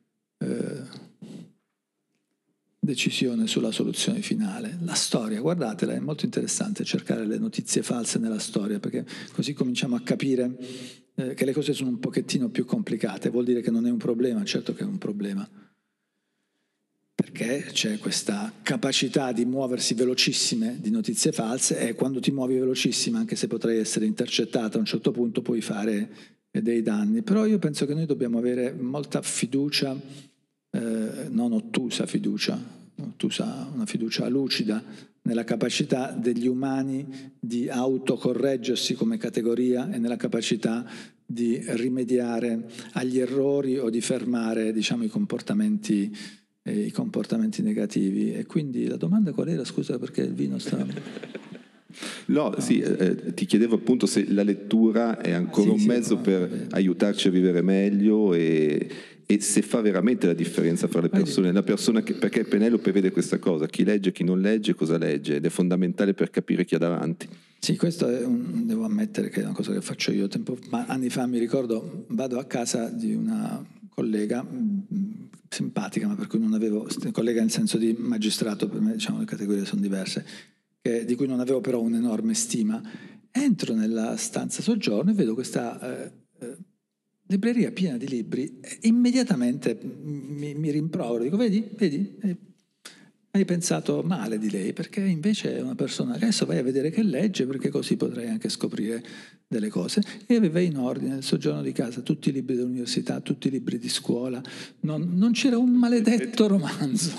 decisione sulla soluzione finale. La storia, guardatela, è molto interessante cercare le notizie false nella storia, perché così cominciamo a capire che le cose sono un pochettino più complicate. Vuol dire che non è un problema? Certo che è un problema, perché c'è questa capacità di muoversi velocissime di notizie false, e quando ti muovi velocissima, anche se potrai essere intercettata a un certo punto, puoi fare dei danni. Però io penso che noi dobbiamo avere molta fiducia, non ottusa fiducia, una fiducia lucida nella capacità degli umani di autocorreggersi come categoria e nella capacità di rimediare agli errori o di fermare, diciamo, i comportamenti negativi. E quindi la domanda qual era? Scusa, perché il vino sta... No, sì, ti chiedevo appunto se la lettura è ancora un mezzo per aiutarci a vivere meglio e se fa veramente la differenza fra le persone. La persona perché Penelope vede questa cosa: chi legge, chi non legge, cosa legge, ed è fondamentale per capire chi ha davanti. Sì, questo devo ammettere che è una cosa che faccio io. Anni fa, mi ricordo, vado a casa di una collega simpatica, ma per cui non avevo, collega nel senso di magistrato, per me, diciamo, le categorie sono diverse, di cui non avevo però un'enorme stima. Entro nella stanza soggiorno e vedo questa libreria piena di libri, e immediatamente mi rimprovero, dico: vedi, hai pensato male di lei, perché invece è una persona che adesso vai a vedere che legge, perché così potrai anche scoprire delle cose. E aveva in ordine nel soggiorno di casa tutti i libri dell'università, tutti i libri di scuola, non c'era un maledetto romanzo.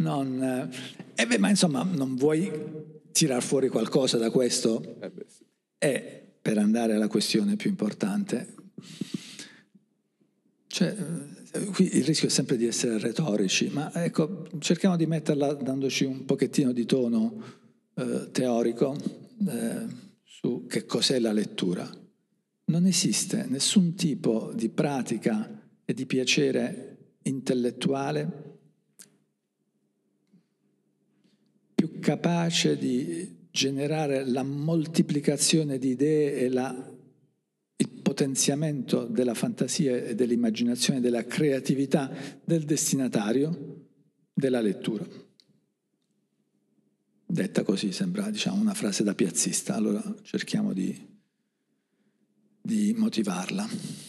Ma insomma, non vuoi tirar fuori qualcosa da questo? E per andare alla questione più importante, cioè, qui il rischio è sempre di essere retorici, ma ecco, cerchiamo di metterla dandoci un pochettino di tono teorico su che cos'è la lettura. Non esiste nessun tipo di pratica e di piacere intellettuale più capace di generare la moltiplicazione di idee e il potenziamento della fantasia e dell'immaginazione, della creatività del destinatario della lettura. Detta così sembra, diciamo, una frase da piazzista, allora cerchiamo di motivarla.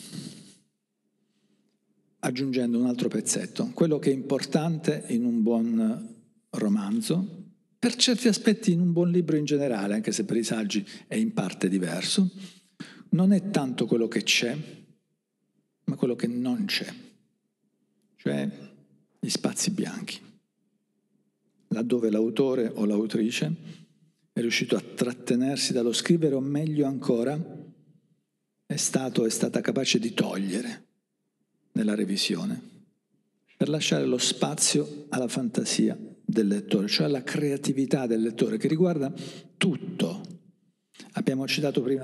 Aggiungendo un altro pezzetto, quello che è importante in un buon romanzo, per certi aspetti in un buon libro in generale, anche se per i saggi è in parte diverso, non è tanto quello che c'è, ma quello che non c'è, cioè gli spazi bianchi, laddove l'autore o l'autrice è riuscito a trattenersi dallo scrivere, o meglio ancora, è stata capace di togliere nella revisione, per lasciare lo spazio alla fantasia del lettore, cioè alla creatività del lettore, che riguarda tutto. Abbiamo citato prima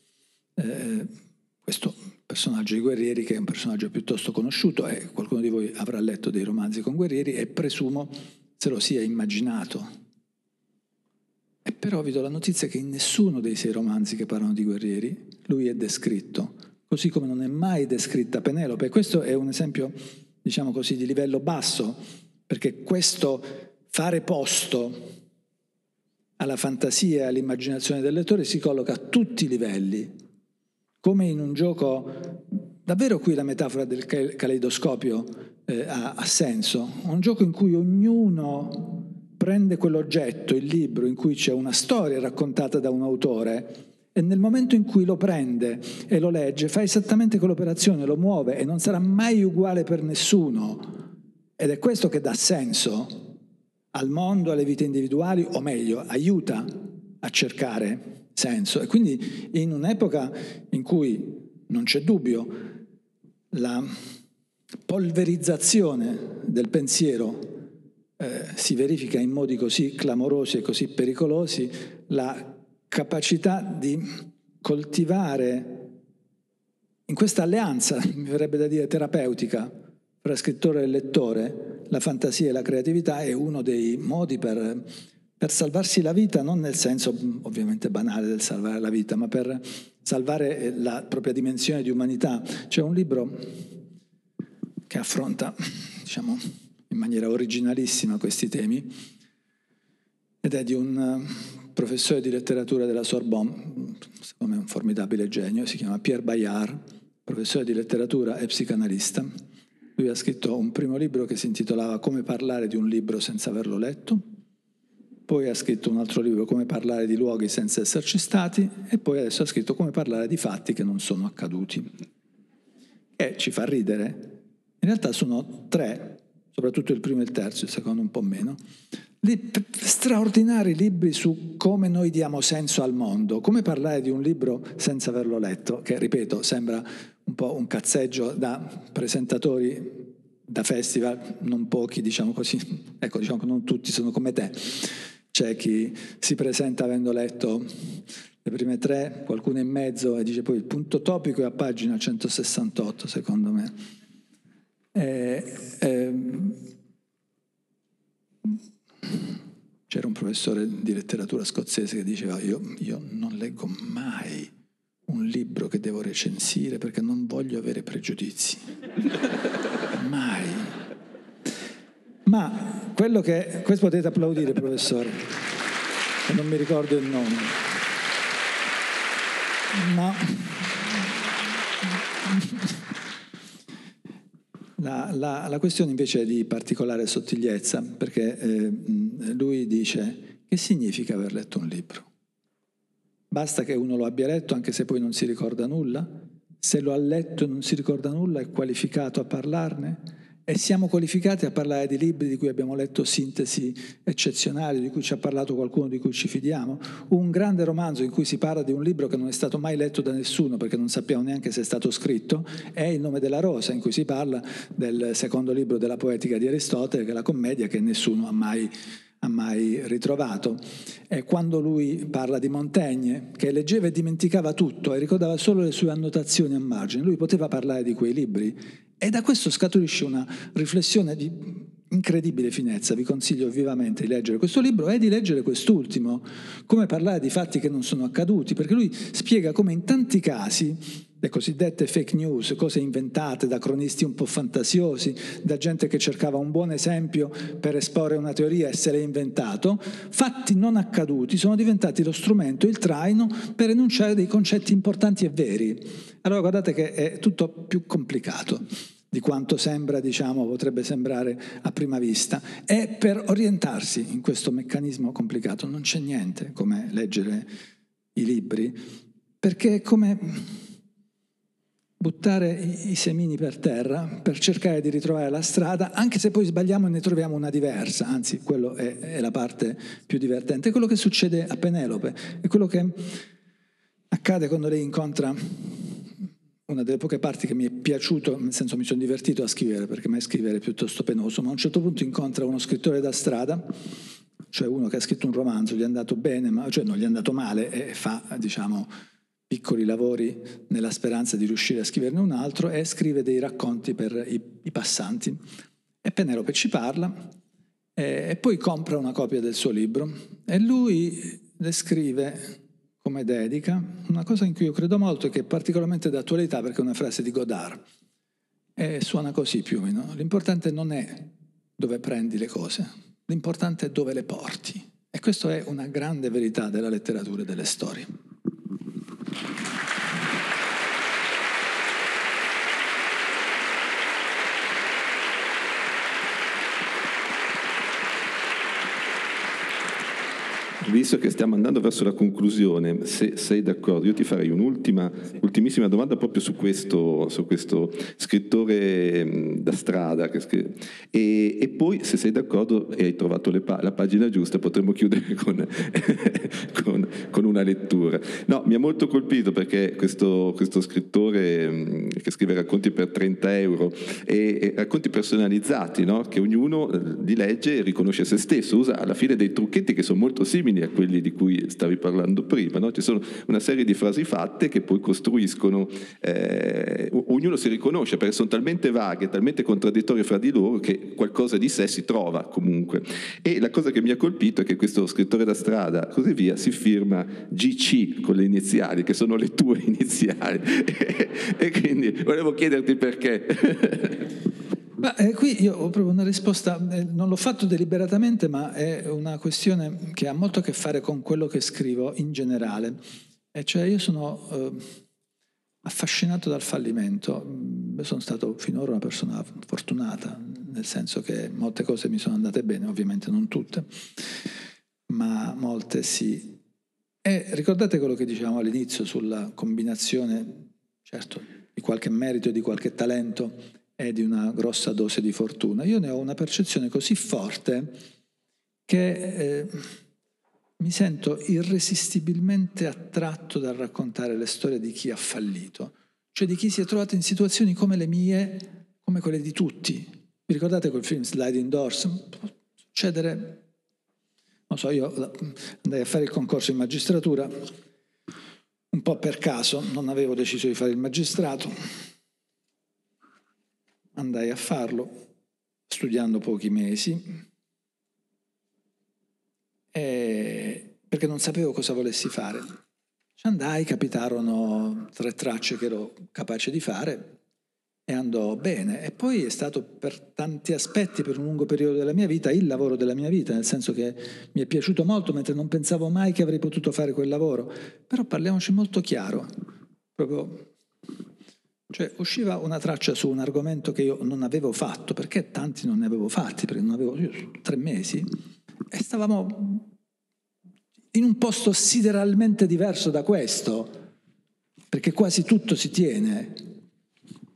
questo personaggio di Guerrieri, che è un personaggio piuttosto conosciuto, e qualcuno di voi avrà letto dei romanzi con Guerrieri e presumo se lo sia immaginato. E però vi do la notizia che in nessuno dei 6 romanzi che parlano di Guerrieri lui è descritto, così come non è mai descritta Penelope. Questo è un esempio, diciamo così, di livello basso, perché questo fare posto alla fantasia e all'immaginazione del lettore si colloca a tutti i livelli, come in un gioco. Davvero qui la metafora del caleidoscopio ha senso, un gioco in cui ognuno prende quell'oggetto, il libro, in cui c'è una storia raccontata da un autore, e nel momento in cui lo prende e lo legge fa esattamente quell'operazione, lo muove, e non sarà mai uguale per nessuno, ed è questo che dà senso al mondo, alle vite individuali, o meglio, aiuta a cercare senso. E quindi in un'epoca in cui, non c'è dubbio, la polverizzazione del pensiero si verifica in modi così clamorosi e così pericolosi, la capacità di coltivare in questa alleanza, mi verrebbe da dire terapeutica, tra scrittore e lettore, la fantasia e la creatività è uno dei modi per salvarsi la vita, non nel senso ovviamente banale del salvare la vita, ma per salvare la propria dimensione di umanità. C'è un libro che affronta, diciamo, in maniera originalissima questi temi, ed è di un professore di letteratura della Sorbonne, secondo me un formidabile genio, si chiama Pierre Bayard, professore di letteratura e psicanalista. Lui ha scritto un primo libro che si intitolava Come parlare di un libro senza averlo letto, poi ha scritto un altro libro, Come parlare di luoghi senza esserci stati, e poi adesso ha scritto Come parlare di fatti che non sono accaduti. E ci fa ridere. In realtà sono 3, soprattutto il primo e il terzo, il secondo un po' meno, straordinari libri su come noi diamo senso al mondo, come parlare di un libro senza averlo letto, che, ripeto, sembra un po' un cazzeggio da presentatori da festival, non pochi, diciamo così, ecco, diciamo che non tutti sono come te. C'è chi si presenta avendo letto le prime 3, qualcuno in mezzo, e dice poi il punto topico è a pagina 168, secondo me. C'era un professore di letteratura scozzese che diceva io non leggo mai un libro che devo recensire perché non voglio avere pregiudizi. Mai. Ma quello che... Questo potete applaudire, professore, che non mi ricordo il nome. Ma... La questione invece è di particolare sottigliezza, perché lui dice: che significa aver letto un libro? Basta che uno lo abbia letto anche se poi non si ricorda nulla? Se lo ha letto e non si ricorda nulla è qualificato a parlarne? e siamo qualificati a parlare di libri di cui abbiamo letto sintesi eccezionali, di cui ci ha parlato qualcuno di cui ci fidiamo. Un grande romanzo in cui si parla di un libro che non è stato mai letto da nessuno, perché non sappiamo neanche se è stato scritto, è Il nome della rosa, in cui si parla del secondo libro della poetica di Aristotele, che è la commedia che nessuno ha mai ritrovato. E quando lui parla di Montaigne, che leggeva e dimenticava tutto e ricordava solo le sue annotazioni a margine, lui poteva parlare di quei libri. E da questo scaturisce una riflessione di incredibile finezza. Vi consiglio vivamente di leggere questo libro e di leggere quest'ultimo, Come parlare di fatti che non sono accaduti, perché lui spiega come in tanti casi le cosiddette fake news, cose inventate da cronisti un po' fantasiosi, da gente che cercava un buon esempio per esporre una teoria e se l'è inventato, fatti non accaduti sono diventati lo strumento, il traino per enunciare dei concetti importanti e veri. Allora guardate che è tutto più complicato di quanto sembra, potrebbe sembrare a prima vista. E per orientarsi in questo meccanismo complicato non c'è niente come leggere i libri, perché è come buttare i semini per terra per cercare di ritrovare la strada, anche se poi sbagliamo e ne troviamo una diversa. Anzi, quello è la parte più divertente. È quello che succede a Penelope, è quello che accade quando lei incontra una delle poche parti che mi è piaciuto, nel senso mi sono divertito a scrivere, perché mai scrivere è piuttosto penoso, ma a un certo punto incontra uno scrittore da strada, cioè uno che ha scritto un romanzo, gli è andato bene, cioè non gli è andato male, e fa, piccoli lavori nella speranza di riuscire a scriverne un altro, e scrive dei racconti per i passanti. E Penelope ci parla e poi compra una copia del suo libro e lui le scrive come dedica una cosa in cui io credo molto e che è particolarmente d'attualità, perché è una frase di Godard e suona così più o meno: l'importante non è dove prendi le cose, l'importante è dove le porti. E questa è una grande verità della letteratura e delle storie. Visto che stiamo andando verso la conclusione, se sei d'accordo, io ti farei ultimissima domanda proprio su questo scrittore da strada. E poi, se sei d'accordo e hai trovato la pagina giusta, potremmo chiudere con una lettura. No, mi ha molto colpito perché questo scrittore che scrive racconti per 30 euro e racconti personalizzati, no? Che ognuno li legge e riconosce se stesso, usa alla fine dei trucchetti che sono molto simili a quelli di cui stavi parlando prima, no? Ci sono una serie di frasi fatte che poi costruiscono, ognuno si riconosce perché sono talmente vaghe, talmente contraddittorie fra di loro che qualcosa di sé si trova comunque. E la cosa che mi ha colpito è che questo scrittore da strada, così via, si firma GC con le iniziali, che sono le tue iniziali, e quindi volevo chiederti perché. Ma qui io ho proprio una risposta, non l'ho fatto deliberatamente, ma è una questione che ha molto a che fare con quello che scrivo in generale. E cioè io sono affascinato dal fallimento. Sono stato finora una persona fortunata, nel senso che molte cose mi sono andate bene, ovviamente non tutte, ma molte sì. E ricordate quello che dicevamo all'inizio sulla combinazione, certo, di qualche merito e di qualche talento e di una grossa dose di fortuna. Io ne ho una percezione così forte che mi sento irresistibilmente attratto dal raccontare le storie di chi ha fallito, cioè di chi si è trovato in situazioni come le mie, come quelle di tutti. Vi ricordate quel film Sliding Doors? Può succedere, non so, io andai a fare il concorso in magistratura un po' per caso, non avevo deciso di fare il magistrato. Andai a farlo studiando pochi mesi perché non sapevo cosa volessi fare. Ci andai, capitarono 3 tracce che ero capace di fare e andò bene. E poi è stato per tanti aspetti, per un lungo periodo della mia vita, il lavoro della mia vita, nel senso che mi è piaciuto molto, mentre non pensavo mai che avrei potuto fare quel lavoro. Però parliamoci molto chiaro, proprio. Cioè usciva una traccia su un argomento che io non avevo fatto, perché tanti non ne avevo fatti, perché non avevo 3 mesi, e stavamo in un posto sideralmente diverso da questo, perché quasi tutto si tiene.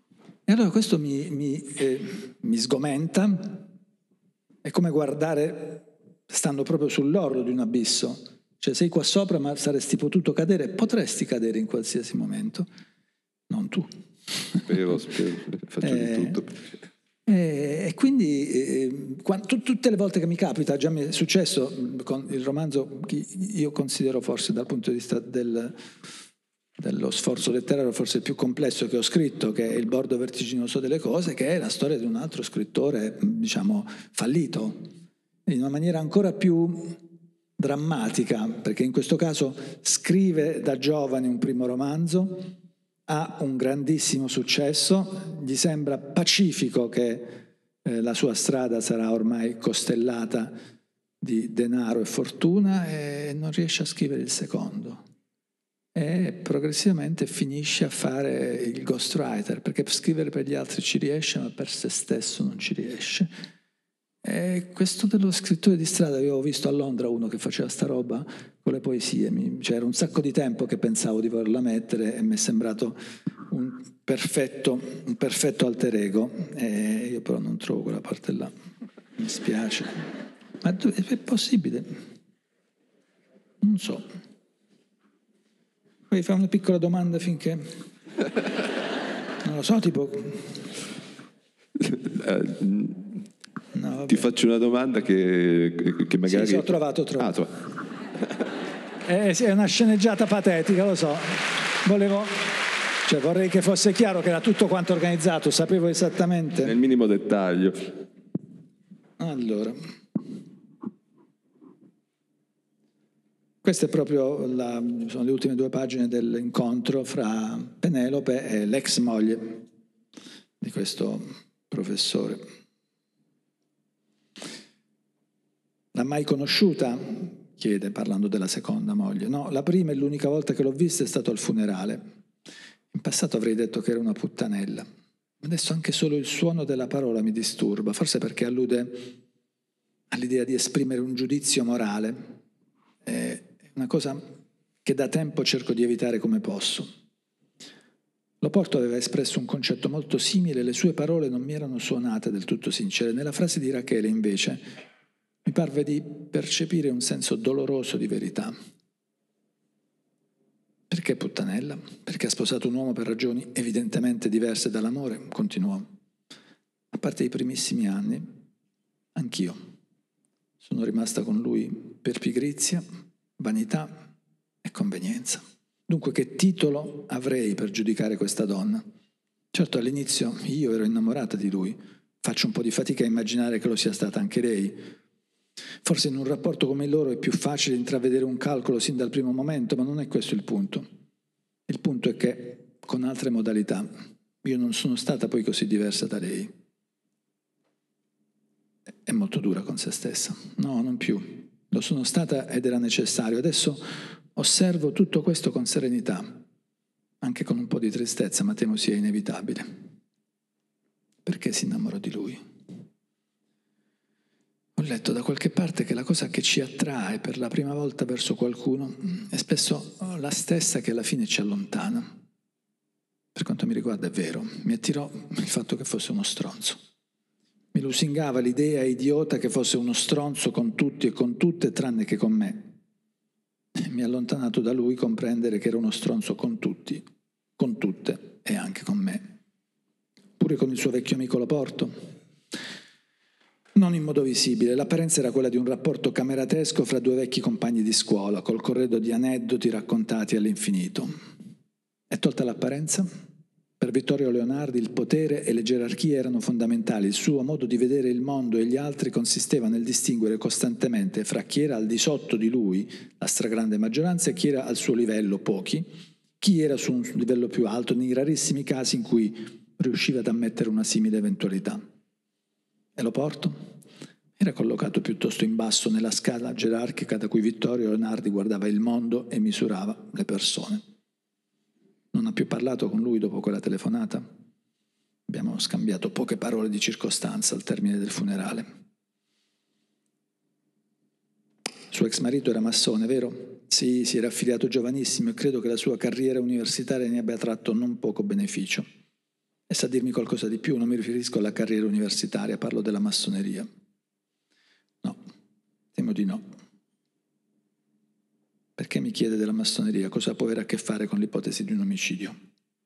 E allora questo mi sgomenta, è come guardare stando proprio sull'orlo di un abisso. Cioè sei qua sopra ma saresti potuto cadere, potresti cadere in qualsiasi momento, non tu. Spero, faccio di tutto. E quindi tutte le volte che mi capita, già mi è successo con il romanzo che io considero forse dal punto di vista dello sforzo letterario forse il più complesso che ho scritto, che è Il bordo vertiginoso delle cose, che è la storia di un altro scrittore, diciamo, fallito, in una maniera ancora più drammatica, perché in questo caso scrive da giovane un primo romanzo, ha un grandissimo successo, gli sembra pacifico che la sua strada sarà ormai costellata di denaro e fortuna e non riesce a scrivere il secondo. E progressivamente finisce a fare il ghostwriter, perché scrivere per gli altri ci riesce, ma per se stesso non ci riesce. E questo dello scrittore di strada, io ho visto a Londra uno che faceva sta roba con le poesie, c'era un sacco di tempo che pensavo di volerla mettere e mi è sembrato un perfetto alter ego, e io però non trovo quella parte là, mi spiace. Ma è possibile? Non so. Vuoi fare una piccola domanda finché... Non lo so, tipo... No, ti faccio una domanda che magari... Sì, ho trovato. Sì, è una sceneggiata patetica, lo so. Vorrei che fosse chiaro che era tutto quanto organizzato, sapevo esattamente... Nel minimo dettaglio. Allora... Queste è proprio sono le ultime 2 pagine dell'incontro fra Penelope e l'ex moglie di questo professore. L'ha mai conosciuta? Chiede, parlando della seconda moglie. No, la prima e l'unica volta che l'ho vista è stato al funerale. In passato avrei detto che era una puttanella. Adesso anche solo il suono della parola mi disturba, forse perché allude all'idea di esprimere un giudizio morale. È una cosa che da tempo cerco di evitare come posso. L'Oporto aveva espresso un concetto molto simile, le sue parole non mi erano suonate del tutto sincere. Nella frase di Rachele, invece, mi parve di percepire un senso doloroso di verità. Perché puttanella? Perché ha sposato un uomo per ragioni evidentemente diverse dall'amore, continuò. A parte i primissimi anni, anch'io sono rimasta con lui per pigrizia, vanità e convenienza. Dunque che titolo avrei per giudicare questa donna? Certo, all'inizio io ero innamorata di lui, faccio un po' di fatica a immaginare che lo sia stata anche lei. Forse in un rapporto come il loro è più facile intravedere un calcolo sin dal primo momento, ma non è questo il punto. Il punto è che, con altre modalità, io non sono stata poi così diversa da lei. È molto dura con se stessa. No, non più. Lo sono stata ed era necessario. Adesso osservo tutto questo con serenità, anche con un po' di tristezza, ma temo sia inevitabile. Perché si innamorò di lui? Ho letto da qualche parte che la cosa che ci attrae per la prima volta verso qualcuno è spesso la stessa che alla fine ci allontana. Per quanto mi riguarda è vero, mi attirò il fatto che fosse uno stronzo. Mi lusingava l'idea idiota che fosse uno stronzo con tutti e con tutte tranne che con me. Mi ha allontanato da lui comprendere che era uno stronzo con tutti, con tutte e anche con me. Pure con il suo vecchio amico L'Oporto. Non in modo visibile, l'apparenza era quella di un rapporto cameratesco fra 2 vecchi compagni di scuola, col corredo di aneddoti raccontati all'infinito. E tolta l'apparenza? Per Vittorio Leonardi il potere e le gerarchie erano fondamentali. Il suo modo di vedere il mondo e gli altri consisteva nel distinguere costantemente fra chi era al di sotto di lui, la stragrande maggioranza, e chi era al suo livello, pochi, chi era su un livello più alto, nei rarissimi casi in cui riusciva ad ammettere una simile eventualità. E L'Oporto? Era collocato piuttosto in basso nella scala gerarchica da cui Vittorio Leonardi guardava il mondo e misurava le persone. Non ha più parlato con lui dopo quella telefonata? Abbiamo scambiato poche parole di circostanza al termine del funerale. Suo ex marito era massone, vero? Sì, si era affiliato giovanissimo e credo che la sua carriera universitaria ne abbia tratto non poco beneficio. e sa dirmi qualcosa di più. Non mi riferisco alla carriera universitaria, parlo della massoneria. No, temo di no. Perché mi chiede della massoneria? Cosa può avere a che fare con l'ipotesi di un omicidio?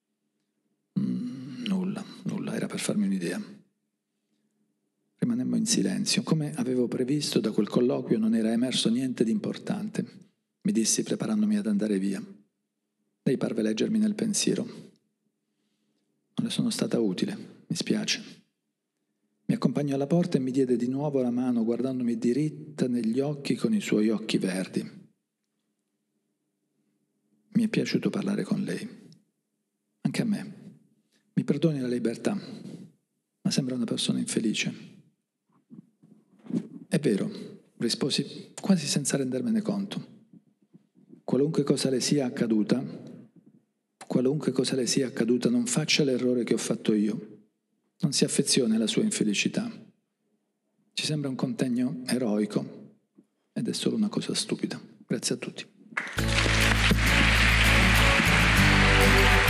Nulla, era per farmi un'idea. Rimanemmo in silenzio. Come avevo previsto, da quel colloquio non era emerso niente di importante. Mi dissi preparandomi ad andare via. Lei parve leggermi nel pensiero. Non le sono stata utile, mi spiace. Mi accompagnò alla porta e mi diede di nuovo la mano guardandomi diritta negli occhi con i suoi occhi verdi. Mi è piaciuto parlare con lei. Anche a me. Mi perdoni la libertà, ma sembra una persona infelice. È vero, risposi quasi senza rendermene conto. Qualunque cosa le sia accaduta, non faccia l'errore che ho fatto io. Non si affezioni alla sua infelicità. Ci sembra un contegno eroico ed è solo una cosa stupida. Grazie a tutti.